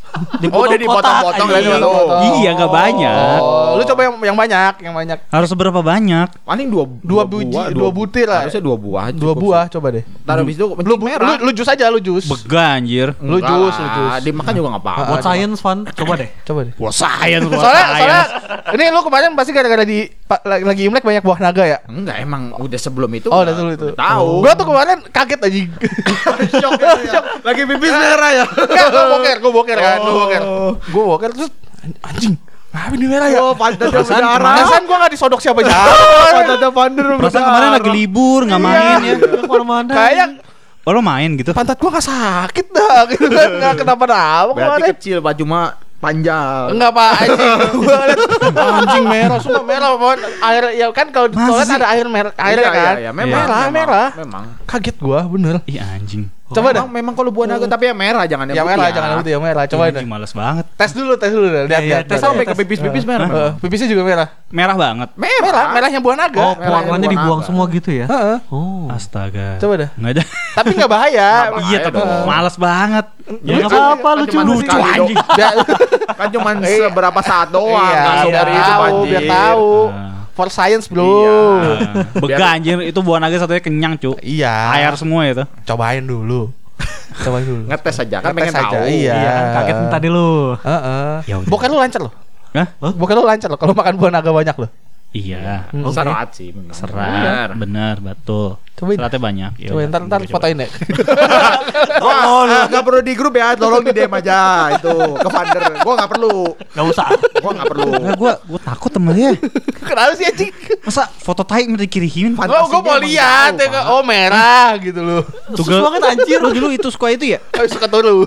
S6: Oh, dia dipotong-potong kan
S3: anjing.
S6: itu.
S2: Iya, nggak banyak.
S3: Oh, lu coba yang yang banyak, yang banyak.
S2: Harus seberapa banyak?
S6: Paling dua
S3: Dua biji,
S6: buah,
S3: dua butir lah.
S6: Harusnya dua buah.
S3: Dua
S6: cukup
S3: buah
S6: sih.
S3: coba deh.
S6: Ntar habis itu
S3: Lu
S6: lu
S3: lu,
S6: merah.
S3: lu jus aja, lu jus.
S2: Bega anjir.
S3: Lu
S6: Enggak
S3: jus,
S6: lah,
S3: lu jus.
S6: Dimakan juga enggak apa-apa.
S4: Buat science fun, coba deh.
S3: Coba deh.
S2: Wah, sayang buat
S3: Soalnya,
S2: science.
S3: soalnya ini lu kemarin pasti gara-gara di pa- lagi lagi Imlek banyak buah naga ya?
S6: Enggak, emang udah sebelum itu.
S3: Oh, udah dulu itu.
S6: Tahu.
S3: Gua tuh kemarin kaget aja.
S6: Shock gitu ya. Lagi pipis merah ya.
S3: Enggak, gua boker, gua boker kan, gua boker. Gua boker terus anjing. Ngapain ini merah ya?
S6: Oh, pantatnya
S2: Perasaan
S6: berdarah.
S3: Perasaan gua enggak disodok siapa siapa.
S6: Pantatnya Vander
S2: Perasaan kemarin lagi libur, nggak main ya.
S4: Kemana-mana.
S3: Kayak
S2: Oh, lo main gitu?
S3: pantat gua enggak sakit dah gitu kan. Enggak kenapa-napa
S6: Berarti
S3: kemarin.
S6: kecil Pak, cuma panjang.
S3: Enggak Pak, anjing. Gua liat anjing merah, semua merah pokoknya air ya kan kalau di
S2: Masa
S3: toilet
S2: sih?
S3: ada air merah, air
S6: Iya,
S3: kan.
S6: iya, iya. Memang,
S3: merah,
S6: memang,
S3: merah.
S6: Memang.
S3: Kaget gua bener.
S2: Ih, anjing.
S3: Coba dah.
S6: Memang, memang kalau buah naga tapi yang merah jangan
S3: Yang
S6: putih
S3: merah
S6: ya.
S3: jangan putih, yang merah. Coba deh.
S2: Anjing, males banget.
S3: Tes dulu, tes dulu dah. Lihat,
S4: Iya, iya,
S3: lihat.
S6: Tes
S3: lihat.
S6: sampai ke pipis-pipis merah.
S3: Heeh,
S6: memang.
S3: pipisnya juga merah.
S2: Merah banget.
S3: Merah, merahnya buah naga.
S4: Oh,
S6: Merah
S4: warnanya
S6: yang
S4: dibuang
S6: warna
S4: semua gitu ya?
S3: Heeh.
S4: Oh.
S2: Astaga.
S3: Coba dah.
S2: Nggak ada.
S3: Tapi enggak bahaya.
S6: Nggak
S2: Iya,
S6: bahaya
S2: tapi
S6: dong.
S2: males banget.
S4: Ya enggak apa-apa, lucu
S6: Cuman
S4: lucu
S6: sekali
S4: anjing.
S6: doang.
S3: Biar,
S6: Kan cuma
S3: Iya.
S6: seberapa saat doang.
S3: iya,
S6: Langsung
S3: biar
S6: dari itu
S3: tahu,
S6: banjir.
S3: biar tahu.
S2: Nah.
S3: For science, Bro.
S6: Iya.
S2: Nah, Bega anjir, itu buah naga satunya kenyang, cu.
S3: Iya.
S2: Air semua itu.
S3: Cobain dulu. Cobain dulu.
S6: Ngetes aja kan
S3: Ngetes
S6: pengen
S3: aja,
S6: tahu.
S3: iya.
S4: Iya kan kaget tadi lu.
S3: Heeh.
S2: Ya udah.
S3: Boker lu lancar loh.
S2: Hah?
S3: Boker lu lancar loh kalau makan buah naga banyak loh.
S2: Iya.
S6: Oh, serat sih memang.
S2: Serat, bener, betul.
S3: Cobain.
S2: Seratnya banyak. Ya
S3: Coba
S2: udah,
S3: ntar ntar
S2: coba.
S3: fotoin ya.
S6: Oh, enggak perlu di grup ya, tolong di D M aja itu ke Vander. Gua enggak perlu.
S4: Enggak usah.
S6: Gua enggak perlu.
S2: Enggak, gua gua takut sama dia.
S3: Kenapa sih anjing?
S2: Masa foto tai minta dikirimin?
S3: Oh, gue mau
S6: emang
S3: lihat
S6: jauh,
S3: ya,
S6: Pak.
S3: oh merah gitu loh.
S2: Tugas banget anjir. Lu dulu itu suka itu ya?
S3: Oh, suka turu.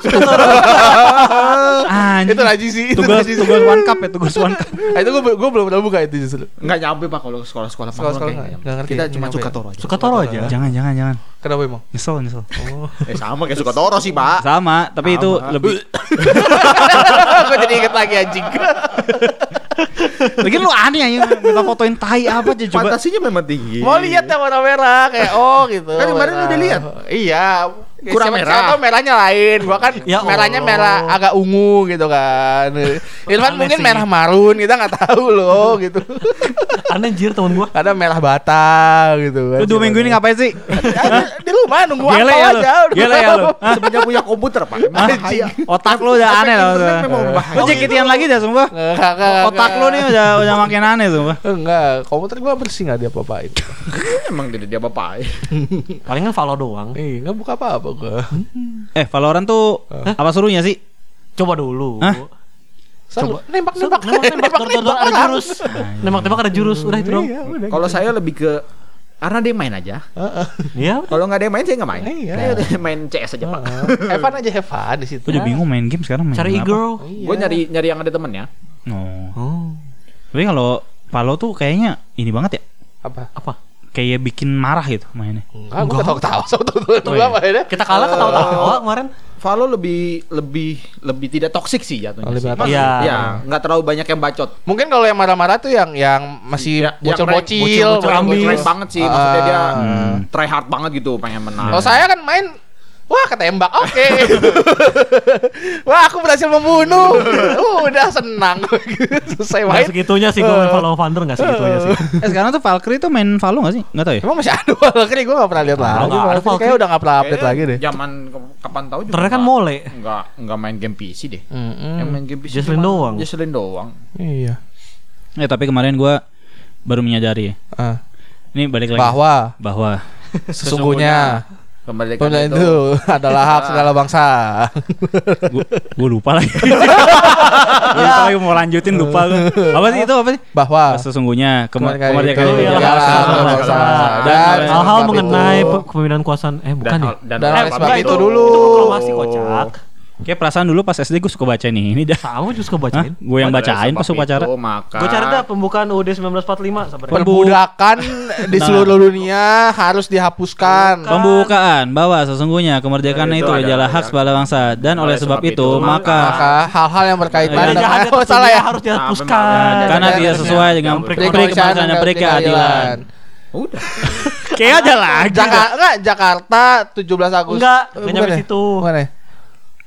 S2: Anjir.
S3: Itu Najis sih. Itu
S2: Tugas
S3: Najis.
S2: tugas one cup ya, tugas one cup.
S3: Ah, itu gue gue belum pernah buka itu justru.
S6: Enggak nyampe Pak kalau sekolah-sekolah
S3: Sekolah-sekolah
S6: Panggung
S3: nggak-
S6: kayaknya.
S3: nggak ngerti.
S6: Kita
S3: Nggak
S6: cuma
S3: nyampe
S6: suka
S3: ya?
S6: toro aja.
S4: Suka toro aja.
S2: Jangan, jangan, jangan.
S3: Kenapa emang?
S2: Nyesel, nyesel.
S6: Eh sama kayak suka toro sih, Pak.
S2: Sama, tapi itu
S6: Sama.
S2: lebih.
S3: Gue jadi inget lagi anjing.
S2: Lagi lu aneh aja minta fotoin tai apa aja coba.
S6: Fantasinya memang tinggi.
S3: Mau lihat yang warna merah kayak oh gitu.
S6: Kan kemarin
S3: merah.
S6: udah lihat.
S3: Iya.
S6: Kurang
S3: Siapa-
S6: merah.
S3: siapa tahu merahnya lain. Gua kan
S4: Ya
S3: merahnya
S4: Allah.
S3: merah agak ungu gitu kan. Irfan
S4: Aneh
S3: mungkin
S4: sih.
S3: merah marun, kita nggak tahu loh gitu.
S4: Aneh anjir temen gua.
S3: Ada merah bata gitu kan.
S2: Lu dua minggu ini ngapain sih?
S3: Ya, di rumah nunggu
S2: Gele
S3: apa
S2: ya lu?
S3: aja. udah
S2: Gele ya lu?
S3: tahu.
S2: Hah?
S6: Semenjak punya komputer, Pak. Emang bahaya.
S2: Otak lu udah aneh loh.
S6: Internet memang berbahaya.
S2: Lu jekitian lagi dah sumpah.
S3: Nggak, nggak, nggak,
S2: Otak lu nih udah udah makin aneh sumpah.
S3: Enggak, komputer gua bersih enggak dia apa-apain.
S6: Emang tidak dia apa-apa.
S4: Palingan follow doang.
S3: Eh, enggak buka apa-apa gua.
S2: Eh, Valorant tuh apa serunya sih?
S4: Coba dulu.
S2: Hah?
S3: Selalu nembak-nembak.
S4: Nembak-nembak dor- dor- dor- ada jurus. Nembak-nembak ada jurus. Udah itu dong.
S3: Iya, udah.
S6: Kalau saya lebih ke karena dia main aja.
S4: Iya.
S6: Kalau nggak ada yang main saya nggak main.
S3: Iya.
S6: Saya udah main C S aja, Pak.
S3: Evan aja have fun di situ.
S2: Gue udah bingung main game sekarang main
S4: Cari
S2: game apa.
S4: e-girl.
S6: Gue nyari nyari yang ada temennya.
S2: Oh.
S4: Oh.
S2: Tapi kalau Valo tuh kayaknya ini banget ya.
S3: Apa?
S4: Apa?
S2: Kayak bikin marah gitu mainnya.
S3: Enggak, gua ketawa-tawa sama temen-temen
S2: Oh,
S3: gua
S2: iya.
S3: apa ya?
S4: Kita kalah ketawa-tawa kemarin.
S6: Valo lebih lebih lebih tidak toksik sih jatuhnya.
S3: Oh, lebih
S6: sih.
S3: nggak
S6: Masih-
S4: toksik.
S6: Iya, nggak terlalu banyak yang bacot.
S3: Mungkin kalau yang marah-marah tuh yang yang masih
S6: Ya, yang
S3: bocil-bocil,
S4: bocil-bocil
S6: Yang
S4: ambis.
S6: keren banget sih, maksudnya dia
S2: Hmm.
S6: try hard banget gitu pengen menang.
S3: Kalau saya kan main wah ketembak, oke. Wah aku berhasil membunuh, udah senang. Selesai
S4: Nggak
S3: main.
S4: segitunya sih gue main follow Vander nggak segitunya sih.
S2: Eh sekarang tuh Valkyrie tuh main Valo gak sih? Nggak tahu ya?
S3: Emang masih ada Valkyrie, gue gak pernah lihat lagi.
S4: nggak ada
S3: Valkyrie
S4: Valkyrie.
S3: kayaknya udah gak pernah update lagi deh.
S6: Zaman ke- kapan tahu juga.
S4: Ternyata kan
S6: nggak-
S4: mole.
S6: Nggak nggak main game P C deh.
S3: Mm-mm.
S6: Yang main game P C
S4: Jocelyn
S6: cuma
S4: doang.
S6: Jocelyn doang.
S3: Iya.
S2: Eh tapi kemarin gue baru menyadari ya.
S3: Ah,
S2: Ini balik lagi.
S3: bahwa
S2: Bahwa
S3: sesungguhnya
S6: Kemerdekaan
S3: Pemilihan
S6: itu,
S3: itu adalah hak segala bangsa.
S2: gue lupa lagi. Gue lupa lagi mau lanjutin lupa gue. Apa sih itu apa sih?
S3: Bahwa
S2: Sesungguhnya kema-
S3: kemerdekaan
S2: kemerdekaan
S3: itu
S2: itu
S3: ialah
S2: adalah
S3: hak
S2: hak
S3: segala
S2: bangsa.
S3: bangsa.
S2: Dan
S3: Dan
S2: oleh
S4: Hal-hal
S3: sebab
S4: mengenai
S3: itu-
S4: pe- kepemimpinan kekuasaan eh bukan
S6: dan,
S4: ya?
S6: dan
S3: Dan oleh
S6: oleh
S3: sebab
S6: sebab
S3: itu dulu.
S4: Itu proklamasi kocak.
S2: Kayak perasaan dulu pas S D gue suka baca nih. Ini dah.
S4: Sama juga bacain.
S2: Gue yang bacain pas upacara.
S6: Maka
S4: Gue cari dah pembukaan U U D sembilan belas empat puluh lima sabar. ya.
S3: Perbudakan di seluruh dunia harus dihapuskan.
S2: Pembukaan bahwa sesungguhnya kemerdekaan
S6: Ya,
S2: itu,
S6: itu
S2: adalah
S6: adalah
S2: hak segala bangsa dan oleh sebab itu maka
S3: Maka hal-hal yang berkaitan
S2: Ya,
S3: dengan
S4: Jahat
S3: oh, salah ya.
S4: harus
S6: Nah,
S4: dihapuskan.
S6: memang.
S2: karena
S3: Dan-
S2: tidak
S3: dan-
S2: sesuai dengan
S4: dan-
S2: peri
S3: Peri
S2: kemanusiaan dan peri keadilan.
S6: udah.
S2: Kayak ada lagi.
S3: Jakarta enggak Jakarta tujuh belas Agustus.
S4: Enggak,
S3: Eh,
S4: enggak nyampe
S3: bukan ya?
S4: situ.
S3: Bukan ya?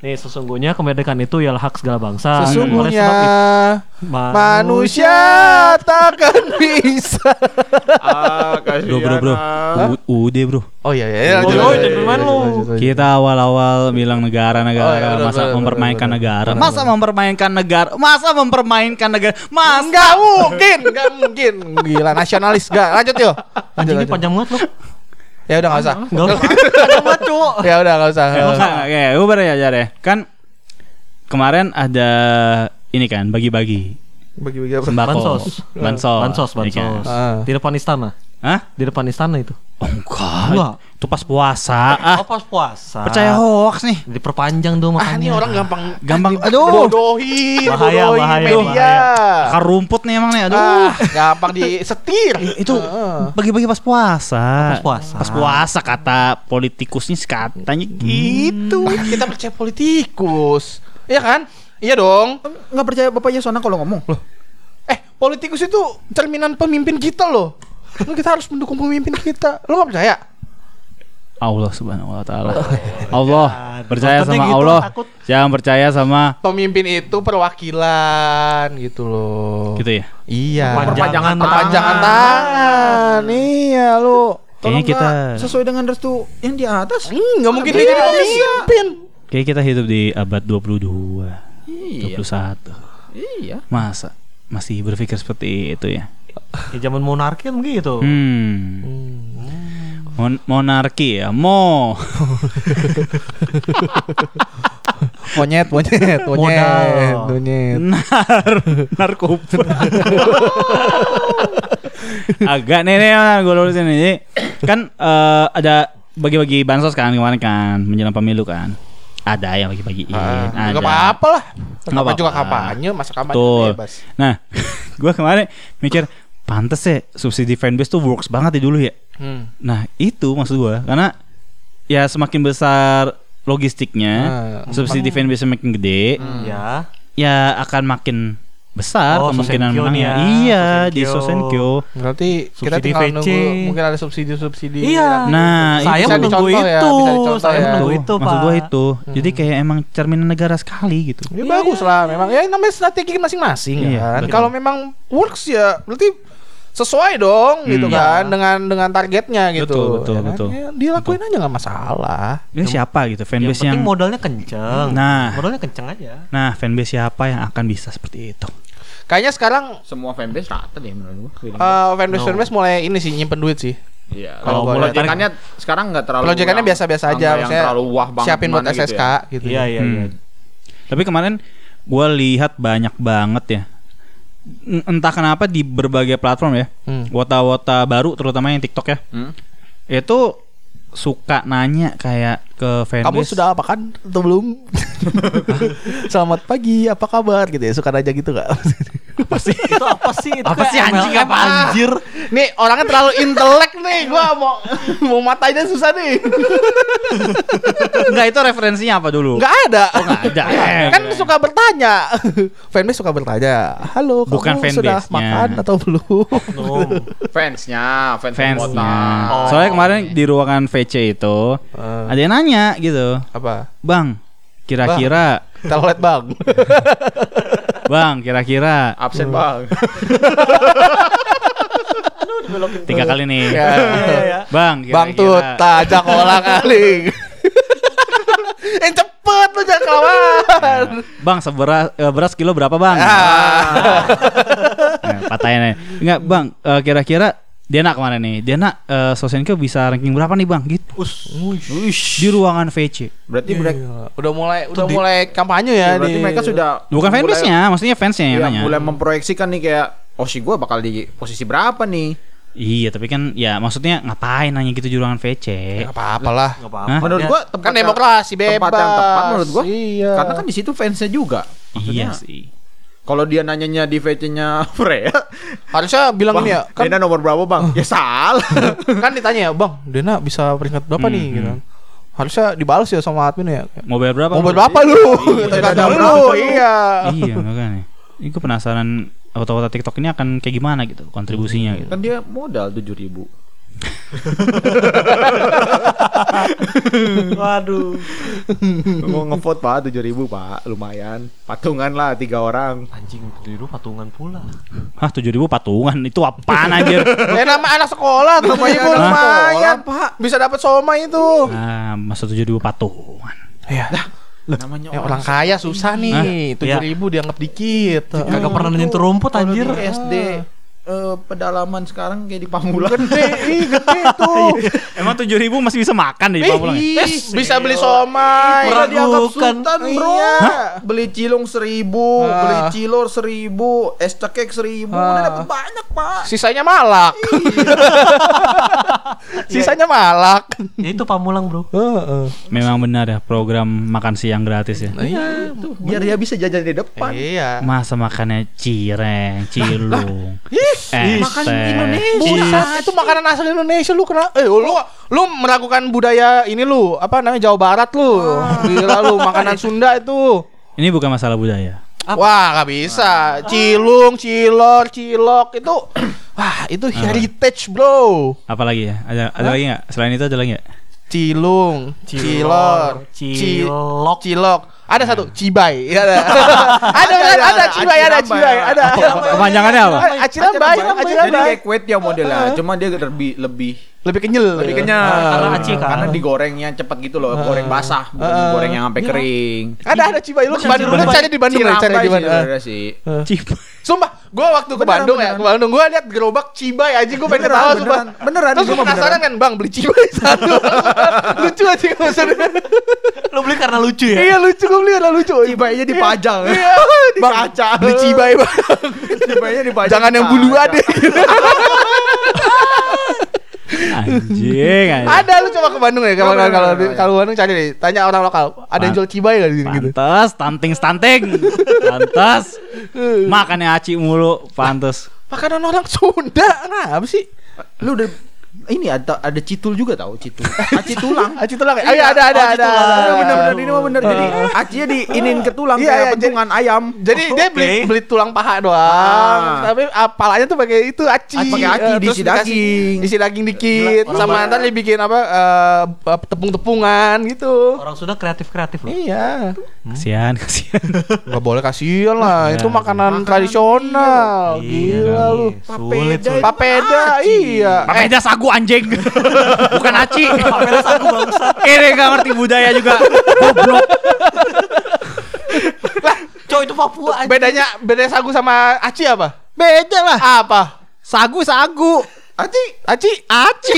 S4: Nih sesungguhnya kemerdekaan itu ialah hak segala bangsa.
S3: Sesungguhnya
S4: Oleh sebab itu,
S3: manusia takkan bisa.
S6: Ah,
S2: Bro bro bro. U- Udah bro.
S3: Oh iya iya.
S4: Oh,
S3: lanjut,
S4: oh,
S3: lanjut,
S4: jangan
S3: lanjut,
S4: main
S3: lanjut,
S4: lu.
S3: lanjut, lanjut.
S2: Kita awal-awal bilang negara-negara,
S3: Oh, iya, benar,
S2: masa
S3: benar,
S2: mempermainkan
S3: benar,
S2: negara,
S3: benar,
S2: masa mempermainkan negara, masa mempermainkan negara, mas.
S3: Enggak mungkin, enggak mungkin. Gila nasionalis enggak. Lanjut yo. Lanjut,
S4: Anjingnya
S3: lanjut.
S4: panjang banget lu.
S3: Ya udah enggak usah.
S4: Enggak usah. Panjang banget, Cuk.
S3: Ya udah enggak usah.
S2: Oke, gue baru aja deh. Kan kemarin ada ini kan bagi-bagi
S3: Bagi-bagi apa?
S2: sembako,
S4: Bansos.
S2: bansos,
S4: Bansos,
S2: ya kan?
S4: bansos.
S3: Ah.
S4: Di depan istana.
S2: Hah?
S4: Di depan istana itu.
S2: Oh, enggak.
S4: Enggak.
S2: Itu pas puasa. Ah,
S4: Oh, pas puasa.
S2: percaya hoax nih.
S4: Diperpanjang tuh
S3: Ah
S4: makanya.
S3: ini orang gampang
S2: Gampang.
S3: aduh bodohin,
S4: Bahaya,
S3: bodohin
S4: bahaya,
S3: media.
S4: bahaya.
S2: Akar rumput nih emang nih. Aduh.
S3: Ah, gampang disetir.
S2: Itu bagi-bagi pas puasa.
S4: Pas puasa.
S2: Pas puasa kata politikusnya katanya gitu.
S3: Kita percaya politikus. Iya kan? Iya dong.
S6: Nggak percaya bapaknya Sona kalau ngomong. Loh.
S3: Eh, politikus itu cerminan pemimpin kita loh. Kita harus mendukung pemimpin kita. Lo gak percaya?
S2: Allah Subhanahu wa taala. Allah, percaya
S4: Kontennya
S2: sama
S4: gitu,
S2: Allah.
S4: takut.
S2: Jangan percaya sama
S3: Pemimpin itu perwakilan gitu loh.
S2: gitu ya.
S3: Iya.
S4: Perpanjangan
S3: Perpanjangan
S4: tangan.
S3: tangan. Iya lo.
S2: Kayaknya kita
S6: sesuai dengan restu yang di atas.
S3: Hmm, gak mungkin dia jadi pemimpin.
S2: kayak kita hidup di abad dua puluh dua, dua
S6: Iya.
S2: puluh satu.
S6: Iya.
S2: Masa masih berpikir seperti itu ya?
S4: Di zaman monarki kan begitu.
S2: Hmm. Mon- monarki ya, mo.
S3: Monyet, monyet, monyet,
S4: Modal.
S3: monyet.
S2: Nar, narkoba. Agak nih nih gue lurusin ini. Kan eh, ada bagi-bagi bansos kan kemarin kan menjelang pemilu kan. Ada yang bagi-bagiin.
S3: Ah,
S2: ada.
S3: Gak apa-apa lah.
S2: Nggak
S3: Apa
S2: apa-apa.
S3: juga kampanye, masa kampanye
S2: Betul.
S3: bebas.
S2: Nah, gue kemarin mikir pantes ya subsidi fanbase tuh works banget ya dulu ya.
S3: Hmm.
S2: Nah itu maksud gue karena ya semakin besar logistiknya,
S3: Ah,
S2: subsidi fanbase semakin gede,
S4: Ya.
S2: ya akan makin besar
S4: Oh,
S2: kemungkinan
S4: Sosenkyo
S2: menangnya.
S4: nih ya,
S2: Iya di
S4: Sosenkyo.
S2: Sosenkyo.
S3: Berarti kita
S4: Subsidi
S3: tinggal
S4: V C.
S3: nunggu mungkin ada subsidi-subsidi.
S4: Iya.
S2: Nah,
S4: Saya
S3: bisa
S4: menunggu
S3: dicontoh
S4: itu.
S3: ya, bisa dicontoh
S4: Saya
S3: ya.
S4: menunggu
S2: Tuh,
S4: itu,
S2: maksud
S4: Pak.
S2: gue itu. Jadi kayak emang cerminan negara sekali gitu.
S3: Ya bagus lah memang. Ya namanya strategi masing-masing
S2: Iya,
S3: kan.
S2: betul.
S3: Kalau memang works ya berarti sesuai dong gitu
S2: Hmm.
S3: kan dengan dengan targetnya gitu.
S2: Betul, betul,
S3: ya kan?
S2: betul.
S3: Ya, dilakuin aja nggak masalah.
S2: Ini siapa gitu
S4: Yang
S2: fanbase
S4: penting
S2: yang,
S4: modalnya kenceng.
S2: Nah.
S4: Modalnya kenceng aja.
S2: nah fanbase siapa yang akan bisa seperti itu?
S3: Kayaknya sekarang
S6: Semua fanbase rata deh menurut gua. feeling gua.
S3: uh, fanbase
S4: No.
S3: fanbase mulai ini sih nyimpen duit sih.
S6: Iya.
S3: kalau
S6: Kalau
S3: gua lihat.
S6: proyekannya sekarang nggak terlalu.
S3: Proyekannya
S6: yang-
S3: biasa-biasa aja,
S6: nggak yang
S3: maksudnya
S6: terlalu wah banget
S3: siapin buat
S6: gimana
S3: S S K
S6: gitu ya.
S3: gitu.
S4: Iya, iya, iya.
S2: Hmm. Tapi kemarin gue lihat banyak banget ya. N- Entah kenapa di berbagai platform ya,
S3: Hmm.
S2: wota-wota baru terutama yang TikTok ya,
S6: Hmm?
S2: itu suka nanya kayak ke fanbase.
S3: Kamu sudah apa kan atau belum? Selamat pagi, apa kabar gitu ya? Suka aja gitu nggak?
S4: Apa sih? Itu apa sih? Itu
S2: Apa
S4: kayak
S2: sih, anjing,
S4: M L M,
S2: apa?
S4: anjir.
S3: Nih orangnya terlalu intelek nih, gua mau mau matanya susah nih.
S2: Enggak, itu referensinya apa dulu?
S3: Nggak ada.
S2: Oh, nggak ada. Eh,
S3: Kan suka bertanya. Fanbase suka bertanya. Halo,
S2: Bukan
S3: kamu sudah
S2: fanbase-nya.
S3: makan atau belum?
S4: Nom.
S6: Fansnya, fans
S2: fansnya.
S6: kota.
S4: Oh.
S2: Soalnya kemarin di ruangan V C itu
S3: Eh,
S2: ada yang nanya gitu,
S3: apa?
S2: Bang, kira-kira,
S3: Telolet bang.
S2: Bang, kira-kira
S6: Absen bang.
S2: tiga kali nih,
S3: Ya.
S2: Bang,
S3: Bang tuh
S2: kira-kira
S3: tajak olah kali. Yang cepet lu jangan kawan.
S2: Bang, seberas eh, beras kilo berapa bang?
S3: Ah.
S2: Nah, patahin aja. Enggak bang, eh, kira-kira dia nak kemana nih? Dia nak eh, Sosenkyo bisa ranking berapa nih bang? Gitu. Di ruangan V C.
S6: Berarti mereka
S3: Udah mulai udah mulai kampanye ya
S6: berarti
S3: di
S6: mereka sudah
S2: Bukan
S6: mulai-
S2: fanbase-nya, maksudnya fansnya yang
S6: Iya,
S2: nanya.
S6: mulai memproyeksikan nih kayak oh si gue bakal di posisi berapa nih?
S2: Iya, tapi kan ya maksudnya ngapain nanya gitu di ruangan V C?
S3: Gak apa-apa lah.
S4: Enggak apa-apa.
S2: Hah?
S6: Menurut
S4: Dia-
S6: gua tempat
S3: Kan
S6: yang-
S3: demokrasi bebas.
S6: tempat yang tepat menurut gua.
S3: Iya.
S6: Karena kan di situ fansnya juga.
S2: Iya
S6: Maksudnya,
S2: sih.
S6: kalau dia nanyanya di V C-nya Freya,
S3: Harusnya bilang
S6: bang,
S3: ini ya, kan
S6: Dena nomor berapa bang? Ya salah.
S3: kan ditanya ya, "Bang, Dena bisa peringkat berapa nih?"
S2: Hmm,
S3: gitu kan. Harusnya dibalas ya sama admin ya.
S2: Mau bayar berapa?
S3: Mau berapa lu? Tergantung lu. Iya.
S2: Iya, makanya. Ini gue penasaran wota-wota TikTok ini akan kayak gimana gitu kontribusinya gitu.
S6: Kan dia modal tujuh ribu.
S4: Waduh.
S6: Mau ngevote Pak tujuh ribu Pak, lumayan. Patungan lah tiga orang.
S4: Anjing dulu patungan pula.
S2: Hah, tujuh ribu patungan itu apaan anjir?
S3: Eh nama anak sekolah tuh
S6: Namanya
S3: ribu
S6: anak
S3: lumayan
S6: sekolah, Pak.
S3: bisa dapat somai itu.
S2: Ah, masa tujuh ribu patungan.
S3: Iya.
S6: Namanya
S3: Eh, orang kaya susah nih, tujuh ribu dianggap dikit.
S4: Kagak pernah nyentuh rumput anjir.
S6: Kalau di S D eh, pedalaman sekarang kayak di Pamulang.
S3: Gede, ih, gede tuh.
S2: Emang tujuh ribu masih bisa makan di
S3: Eh,
S2: Pamulang?
S3: ih, bisa beli somai.
S6: Pernah dianggap
S4: Meragukan.
S6: sultan bro.
S3: Iya.
S6: Beli cilung seribu,
S3: Ah.
S6: beli cilor seribu, es cekek seribu, udah
S3: Ah.
S6: dapat banyak Pak.
S3: Sisanya malak. Sisanya malak.
S4: Ya itu Pamulang, Bro.
S2: Memang benar ya program makan siang gratis ya.
S3: Iya,
S6: Biar dia bisa jajan di depan.
S3: iya.
S2: Masa makannya cireng, cilung,
S3: Ih,
S2: es
S6: makan
S2: teh.
S6: Indonesia.
S3: Buset, itu makanan asli Indonesia lu kena eh lu lu meragukan budaya ini lu apa namanya Jawa Barat lu. Gila lu makanan Sunda itu.
S2: Ini bukan masalah budaya.
S3: Wah, gak bisa. Cilung, cilor, cilok itu wah, itu heritage, Bro.
S2: Apalagi ya? Ada ada lagi nggak? Selain itu ada lagi nggak?
S3: Cilung, cilor, ci-
S4: Cilok.
S3: cilok. Ada satu, cibai. Ada. Ada benar, ada cibai, ada cibai, ada.
S2: Kepanjangannya apa?
S3: Aciran baik, aciran
S6: Jadi
S3: baik.
S6: kayak kue tiaw modelnya, cuma dia lebih lebih
S3: Lebih kenyal.
S6: lebih kenyal.
S4: Karena aci kan.
S6: Karena digorengnya cepat gitu loh, goreng basah, bukan goreng yang sampai kering.
S3: Ada ada cibai lu ke Bandung, lu
S6: Cirambai.
S3: cari di Bandung, ya, cari di
S6: Cirambai
S3: Bandung.
S6: sih sebenarnya sih.
S2: Cip.
S3: Sumpah, gue waktu ke
S6: Beneran,
S3: Bandung ya, ke
S6: beneran.
S3: Bandung gue lihat gerobak cibai aja gue pengen
S6: Beneran,
S3: tahu sumpah.
S6: beneran, beneran,
S3: Terus
S6: itu
S3: gue
S6: mah
S3: penasaran kan, Bang, beli cibai satu. Lucu aja gue maksudnya.
S4: Lu beli karena lucu ya?
S3: Iya lucu, gue beli karena lucu.
S6: Cibainya dipajang.
S3: Iya,
S6: Di
S3: Bang,
S6: kaca.
S3: beli cibai, Bang.
S6: Cibainya dipajang.
S3: Jangan
S6: di
S3: yang bulu
S6: kaca.
S3: ada.
S2: Anjing, anjing.
S3: Ada lu coba ke Bandung ya, kalau
S6: Bener,
S3: kalau
S6: bener,
S3: di-
S6: bener.
S3: kalau Bandung cari deh, tanya orang lokal, ada yang jual cibai enggak di sini gitu.
S2: Pantes, stunting stunting. Pantes. Makannya aci mulu, pantes.
S3: Makanan orang Sunda, kenapa sih?
S6: Lu udah ini ada ada citul juga tahu citul. Aci tulang.
S3: Aci tulang ya? Oh, iya, ada ada
S6: Aci
S3: ada.
S6: tulang.
S3: ada.
S6: Bener-bener ini mah bener. Jadi acinya diinin ke tulang
S3: Iya,
S6: kayak
S3: iya,
S6: pentungan ayam.
S3: Jadi dia beli
S4: Oke.
S3: beli tulang paha doang,
S6: Ah.
S3: tapi apalanya tuh pakai itu aci.
S6: Aci, pakai aci,
S3: Eh,
S6: diisi
S3: terus dikasih-
S6: daging.
S3: Isi daging dikit,
S4: Orang
S3: sama
S4: Barat.
S3: ntar dibikin apa eh, tepung-tepungan gitu.
S4: Orang sudah kreatif-kreatif loh.
S3: Iya.
S2: Kasihan, kasihan.
S3: Gak boleh kasihan lah,
S2: Ya,
S3: itu makanan
S6: makanan
S3: tradisional.
S4: Iya,
S3: Gila lu.
S4: Sulit,
S6: Papeda
S4: sulit.
S3: Papeda, iya. Eh,
S2: Papeda sagu anjing. Bukan aci.
S4: Papeda sagu bangsa.
S2: Kere gak ngerti budaya juga. Goblok.
S4: Cok itu Papua aja.
S3: bedanya bedanya sagu sama aci apa?
S2: Beda lah.
S3: Apa?
S2: Sagu sagu.
S3: Aci, aci, aci.